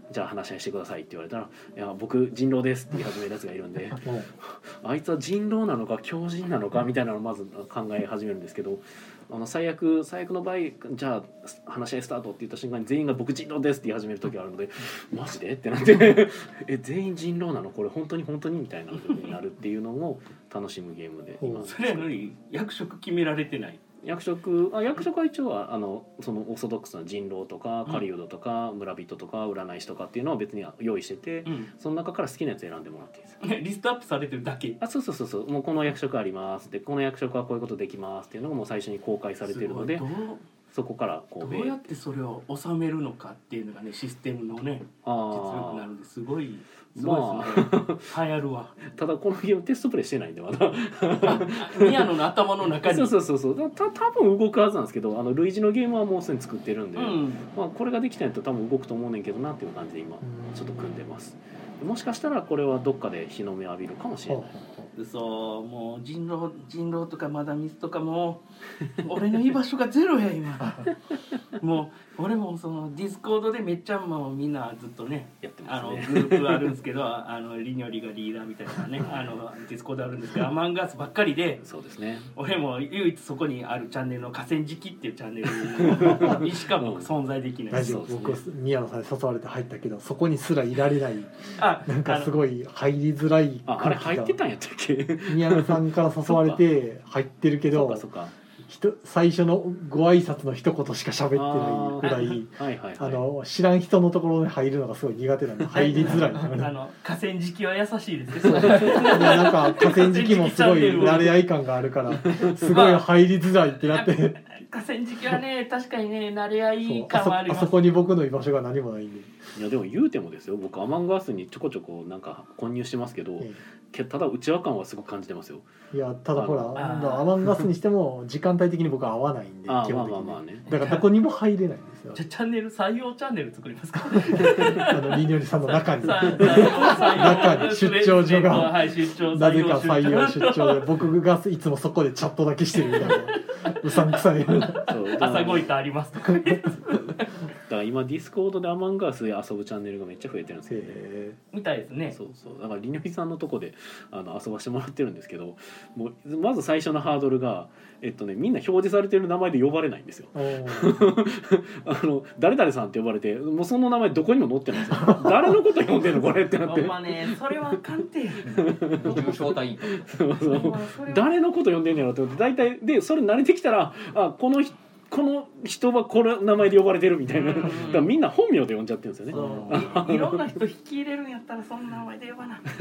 Speaker 1: じゃあ話し合いしてくださいって言われたら「いや僕人狼です」って言い始めるやつがいるんであいつは人狼なのか狂人なのかみたいなのをまず考え始めるんですけど、あの最悪最悪の場合じゃあ話し合いスタートって言った瞬間に全員が僕人狼ですって言い始める時があるのでマジでってなってえ全員人狼なのこれ本当に本当にみたいな風になるっていうのを楽しむゲームで今
Speaker 2: それはのに役職決められてない。
Speaker 1: 役職あ役職は一応はあのそのオーソドックスな人狼とか狩人とか村人とか占い師とかっていうのは別に用意してて、うん、その中から好きなやつ選んでもらっていいです。
Speaker 2: リストアップされてるだけ。
Speaker 1: あそうそうそうそうもうこの役職ありますでこの役職はこういうことできますっていうのがもう最初に公開されてるのでそこからこ
Speaker 2: うどうやってそれを収めるのかっていうのがねシステムのね実力なのですごいすごいですね、まあ、流行るわ。
Speaker 1: ただこのゲームテストプレイしてないんでまだ
Speaker 2: 宮野の頭の中に
Speaker 1: そうそうそうそうた多分動くはずなんですけどあの類似のゲームはもうすでに作ってるんで、うん、まあ、これができたんやったら多分動くと思うねんけどなっていう感じで今ちょっと組んでます。もしかしたらこれはどっかで日の目を浴びるかもしれない。
Speaker 2: そうもう人狼人狼とかマダミスとかも俺の居場所がゼロや今もう俺もそのディスコードでめっちゃもうみんなずっとね
Speaker 1: やってますね。
Speaker 2: あのグループあるんですけどあのリニョリがリーダーみたいなねあのディスコードあるんですけどアマンガースばっかりで
Speaker 1: そうですね。
Speaker 2: 俺も唯一そこにあるチャンネルの河川敷っていうチャンネルにしか僕存在できない。
Speaker 3: 大丈夫、僕宮野さんに誘われて入ったけどそこにすらいられないあなんかすごい入りづらい。
Speaker 1: ああれ入ってたんやったっけ
Speaker 3: 宮野さんから誘われて入ってるけど
Speaker 1: そうかそうか
Speaker 3: 最初のご挨拶の一言しか喋ってないくらい、はいはいはい、あの知らん人のところに入るのがすごい苦手なんで入りづらい
Speaker 2: あの河川敷は優しいですね。
Speaker 3: いやなんか河川敷もすごい慣れ合い感があるからすごい入りづらいってなって
Speaker 2: 河川敷はね確かにね慣れ合い感はあります。
Speaker 3: あそこに僕の居場所が何もないんで。
Speaker 1: いやでも言うてもですよ僕アマンガースにちょこちょこなんか混入してますけど、ええ、ただ内輪感はすごく感じてますよ。
Speaker 3: いやただほらアマンガースにしても時間帯的に僕は合わないんで基本的に、まあまあまあね、だからどこにも入れないんですよ。
Speaker 2: じゃあチャンネル採用チャンネル作りますか
Speaker 3: あのリニョリさんの中に中に出張所が、はい、出張なぜか採用出張で僕がいつもそこでチャットだけしてるみたいなうさんくさい
Speaker 2: 朝ごいたありますとか
Speaker 1: だから今ディスコードでアマンガースで遊ぶチャンネルがめっちゃ増えてるんですけど、
Speaker 2: ね、みたいですね。
Speaker 1: そうそうだからリニョリさんのとこであの遊ばしてもらってるんですけどもうまず最初のハードルがえっとねみんな表示されてる名前で呼ばれないんですよあの誰々さんって呼ばれてもうその名前どこにも載ってないんですよ誰のこと呼んでんのこれってなって
Speaker 2: ほんまねそれはあかんて
Speaker 4: 招待
Speaker 1: 誰のこと呼んでんねやろって大体でそれ慣れてきたらあこの人この人はこの名前で呼ばれてるみたいな、うんうん、だからみんな本名で呼んじゃってるんですよ
Speaker 2: ね。い, いろんな人引き入れるんやったらそんな名前で呼ばな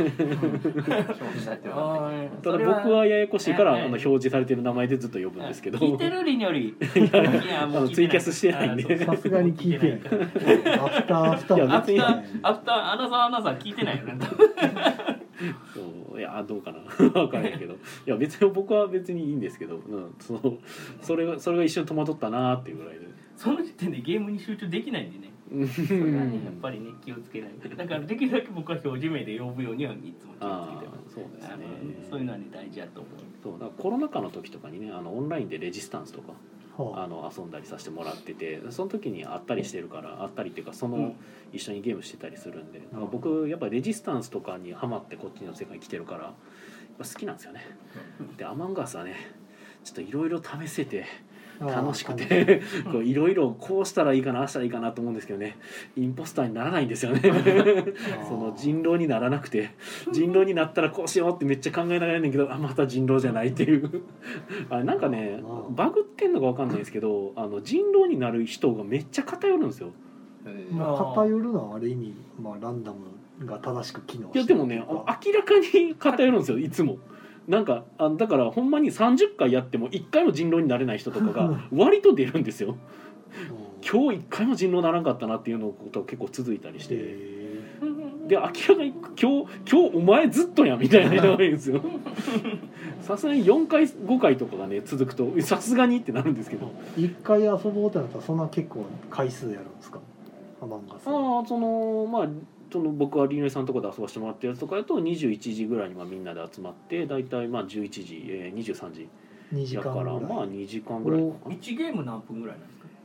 Speaker 1: ただ僕はややこしいから、あの表示されてる名前でずっと呼ぶんですけど
Speaker 2: 聞いてるリニョリ
Speaker 1: あのツイキャスしてないんで
Speaker 3: さすがに聞いてないアフターアフター
Speaker 2: アフターアフターアナザーアナザー聞いてないよね
Speaker 1: そういやどうかな分からないけどいや別に僕は別にいいんですけど、うん、そのそれがそれが一瞬戸惑ったなっていうぐらいで
Speaker 2: その時点でゲームに集中できないんでねそれはねやっぱりね気をつけないとだからできるだけ僕は表示名で呼ぶようにはいつも気をつけてます。
Speaker 1: そうですね
Speaker 2: そういうのはね大事だと思う。
Speaker 1: そうだからコロナ禍の時とかにねあのオンラインでレジスタンスとかあの遊んだりさせてもらっててその時に会ったりしてるから会ったりっていうかその、うん、一緒にゲームしてたりするんで、うん、僕やっぱレジスタンスとかにハマってこっちの世界に来てるからやっぱ好きなんですよね。でアマンガースはねちょっといろいろ試せて楽しくていろいろこうしたらいいかなああしたらいいかなと思うんですけどねインポスターにならないんですよねその人狼にならなくて人狼になったらこうしようってめっちゃ考えながらやるんだけどあまた人狼じゃないっていうあなんかねバグってんのか分かんないですけどあの人狼になる人がめっちゃ偏るんですよ。
Speaker 3: まあ、偏るのはある意味、まあ、ランダムが正しく機能してる。
Speaker 1: いやでもね明らかに偏るんですよいつも。なんかあだからほんまにさんじゅっかいやってもいっかいも人狼になれない人とかが割と出るんですよ今日いっかいも人狼ならんかったなっていうのことが結構続いたりしてで明らかに今日今日お前ずっとやみたいな人がいるんですよさすがによんかいごかいとかがね続くとさすがにってなるんですけど
Speaker 3: いっかい遊ぼうってなったらそんな結構回数やるんですかアマンガス。
Speaker 1: ああそのまあその僕はリーノイさんのところで遊ばせてもらってるやつとかだとにじゅういちじぐらいにまあみんなで集まってだいたいまあじゅういちじ、えー、にじゅうさんじ
Speaker 3: にじかんぐらい
Speaker 1: だからまあにじかんぐらいか
Speaker 2: な。いちゲーム何分ぐらいなんですか。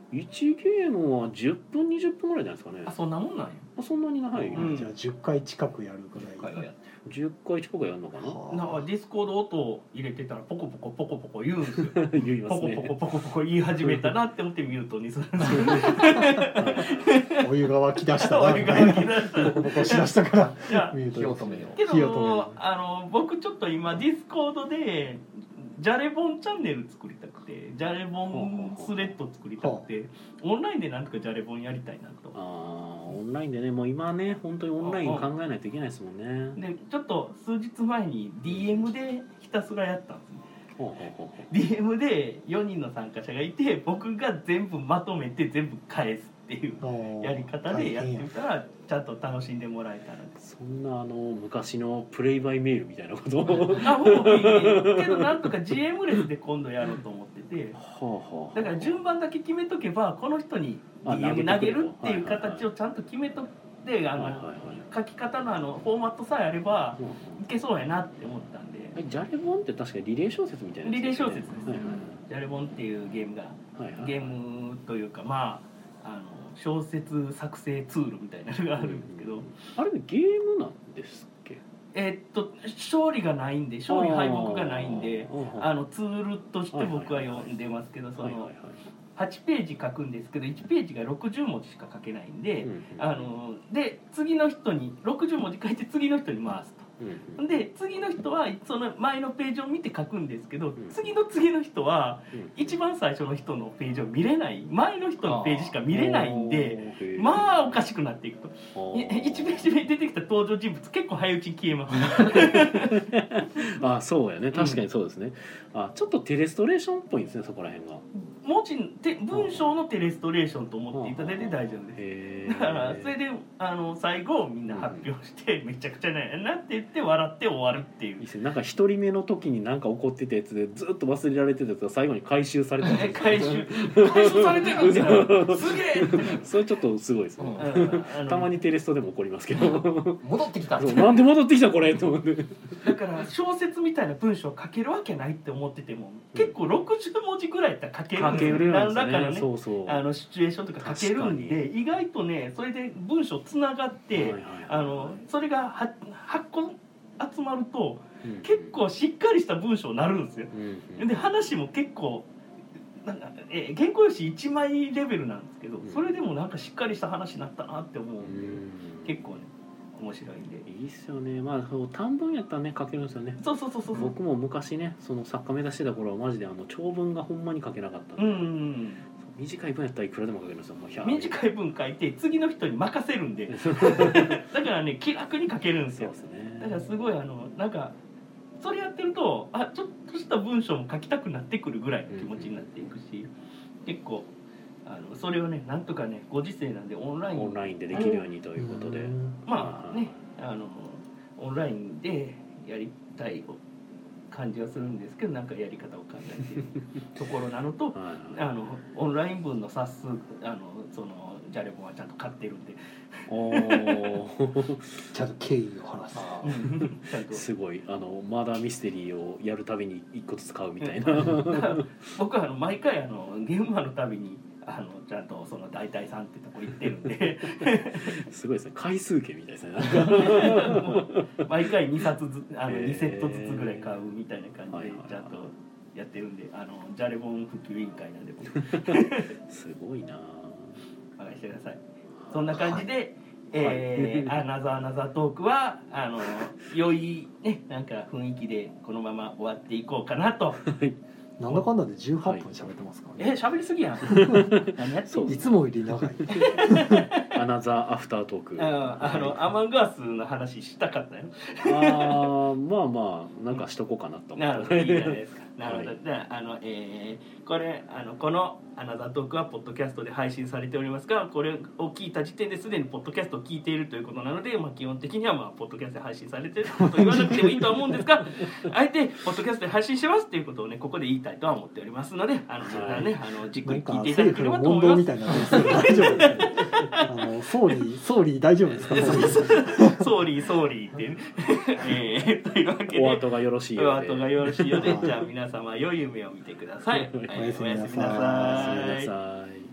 Speaker 1: いちゲームはじゅっぷんにじゅっぷんぐらいじゃないですかね。
Speaker 2: あそんなもんなんや。
Speaker 1: あそんなに長い、
Speaker 2: うん
Speaker 3: じゃあじゅっかい近くやるぐらい。
Speaker 1: じゅっかい近くやるのかな。
Speaker 3: はあ
Speaker 2: なんかディスコード音入れてたらポコポコポコポコ言うんですよ。
Speaker 1: 言いますね。
Speaker 2: ポコポコポコポコ言い始めたなって思ってミュートにするんですよ。
Speaker 3: お湯が沸き出した
Speaker 2: お湯が沸き出した
Speaker 3: ボコボコしだしたから
Speaker 2: いや
Speaker 3: ミュート
Speaker 4: 火を止めよう。
Speaker 2: け
Speaker 3: 火を止める
Speaker 2: どあの僕ちょっと今ディスコードでジャレボンチャンネル作りたくてジャレボンスレッド作りたくてオンラインでなんとかジャレボンやりたいなと。
Speaker 1: ああオンラインでねもう今ね本当にオンライン考えないといけないですもんね。
Speaker 2: でちょっと数日前に ディーエム でひたすらやったんですね。
Speaker 1: ほうほうほうほ
Speaker 2: ディーエム でよにんの参加者がいて僕が全部まとめて全部返すっていうやり方でやってみたらちゃんと楽しんでもらえたらです。
Speaker 1: そんなあの昔のプレイバイメールみたいなことを
Speaker 2: あもういいねけどなんとか ジーエム レスで今度やろうと思ってて
Speaker 1: はあはあ
Speaker 2: だから順番だけ決めとけばこの人に ディーエム 投げるっていう形をちゃんと決めとってあの書き方のあのフォーマットさえあればいけそうやなって思ったんで。
Speaker 1: えジャレボンって確かリレー小説みたいなやつ
Speaker 2: リレー小説ですね、
Speaker 1: はい
Speaker 2: ジャレボンっていうゲームが
Speaker 1: はいはいはい、
Speaker 2: ゲームというかまああの小説作成ツールみたいなのがあるんですけど、
Speaker 1: あれゲームなんですっけ。
Speaker 2: えーっと勝利がないんで勝利敗北がないんで
Speaker 1: あ
Speaker 2: あのツールとして僕は読んでますけどその
Speaker 1: はいはいはい
Speaker 2: はちページ書くんですけどいちページがろくじゅうもじしか書けないんで、
Speaker 1: うんうん
Speaker 2: あので次の人にろくじゅうもじ書いて次の人に回すと。
Speaker 1: うんうん
Speaker 2: で次の人はその前のページを見て書くんですけど、
Speaker 1: ん
Speaker 2: 次の次の人は
Speaker 1: うん
Speaker 2: 一番最初の人のページを見れない前の人のページしか見れないんで
Speaker 1: おー
Speaker 2: まあおかしくなっていくと
Speaker 1: あー
Speaker 2: いちページ目に出てきた登場人物結構早いうちに消えます
Speaker 1: あそうやね確かにそうですね、あちょっとテレストレーションっぽいんですねそこら辺が。
Speaker 2: 文字て文章のテレストレーションと思っていただいて大丈夫です
Speaker 1: へ
Speaker 2: だからそれであの最後みんな発表してめちゃくちゃなんやなって言って笑って終わるっていう
Speaker 1: いいですね。なんか一人目の時に何か起こってたやつでずっと忘れられてたやつが最後に回収されてた
Speaker 2: 回収回収されてるんですよすげえって
Speaker 1: それちょっとすごいですね、
Speaker 2: うん
Speaker 1: たまにテレストでも起こりますけど
Speaker 4: 戻ってきた。
Speaker 1: そうなんで戻ってきたこれと思って
Speaker 2: だから小説みたいな文章を書けるわけないって思ってても結構ろくじゅうもじぐらいやったら書けるんですよ
Speaker 1: 書けるんです
Speaker 2: 何らかのね
Speaker 1: そうそう
Speaker 2: あのシチュエーションとか書けるんで意外とねそれで文章つながって、
Speaker 1: はいはいはい
Speaker 2: あのそれがははっこ集まると
Speaker 1: うん
Speaker 2: 結構しっかりした文章になるんですよ。
Speaker 1: うんうん
Speaker 2: で話も結構なんか、えー原稿用紙いちまいレベルなんですけど
Speaker 1: うん
Speaker 2: それでもなんかしっかりした話になったなって思う
Speaker 1: うん
Speaker 2: で
Speaker 1: ん
Speaker 2: 結構ね面白いんで
Speaker 1: いいっすよね。まあそう短文やったらね書けるんですよね。
Speaker 2: そうそうそうそうそう
Speaker 1: 僕も昔ねその作家目指してた頃はマジであの長文がほんまに書けなかったんで、
Speaker 2: うんうんうん
Speaker 1: 短い文やったらいくらでも書けるんですよ。もうひゃ
Speaker 2: 短い文書いて次の人に任せるんでだからね気楽に書けるんですよ
Speaker 1: そうですね。
Speaker 2: だからすごいあのなんかそれやってるとあちょっとした文章も書きたくなってくるぐらいの気持ちになっていくし結構あのそれをねなんとかねご時世なんでオンライン
Speaker 1: オンラインでできるようにということで、
Speaker 3: うん
Speaker 2: まあねあのオンラインでやりたい感じはするんですけどなんかやり方を考えているところなのと
Speaker 1: はいはい
Speaker 2: あのオンライン分の冊数あのそのジャレボンはちゃんと買ってるんで
Speaker 1: おー
Speaker 3: ちゃんと経緯を話す。
Speaker 2: うんちゃんと
Speaker 1: すごいあのマーダーミステリーをやるたびに一個ずつ買うみたいな、
Speaker 2: だから僕はあの毎回あの現場のたびにあのちゃんとその大体さんってとこ行ってるんです
Speaker 1: ごいですね回数券みたいですねなんか
Speaker 2: もう毎回にさつずあの
Speaker 1: へー
Speaker 2: にセットずつぐらい買うみたいな感じ
Speaker 1: はいはいはい
Speaker 2: でちゃんとやってるんであのジャレボン普及委員会なんで僕
Speaker 1: すごいな。
Speaker 2: 任せてくださいそんな感じで、
Speaker 1: はい
Speaker 2: えーアナザーアナザートークはあの良いねなんか雰囲気でこのまま終わっていこうかなと
Speaker 3: なんだかんだでじゅうはっぷん喋ってますから
Speaker 2: え
Speaker 3: ね。
Speaker 2: 喋りすぎやん何やって
Speaker 1: そ
Speaker 2: んの
Speaker 3: いつもより長い。
Speaker 1: アナザーアフタートーク。
Speaker 2: ああのアマンガースの話したかったよ
Speaker 1: あーまあまあなんかしとこうかなと思っ
Speaker 2: なるほどいいじゃない
Speaker 1: て。
Speaker 2: ですかなるほど、
Speaker 1: はい
Speaker 2: じゃああの、えーこれあのこのアナザートークはポッドキャストで配信されておりますがこれを聞いた時点ですでにポッドキャストを聞いているということなので、まあ、基本的にはまあポッドキャストで配信されていることを言わなくてもいいとは思うんですがあえてポッドキャストで配信してますっていうことをねここで言いたいとは思っておりますのであの皆さんね、あのじっく
Speaker 3: なんか
Speaker 2: り聞いていただ
Speaker 3: 政府の
Speaker 2: ければと
Speaker 3: 問答み
Speaker 2: 思います
Speaker 3: たいになってますけど大丈夫ですか。あの総理総理大丈夫ですか。総理
Speaker 2: ソーリーソーリーっていう、えー、というわけで
Speaker 1: お後がよろしいようで。
Speaker 2: お後がよろしいようでじゃあ皆様良い夢を見てください、
Speaker 1: はい
Speaker 2: はいおやすみなさい
Speaker 1: おやすみなさい。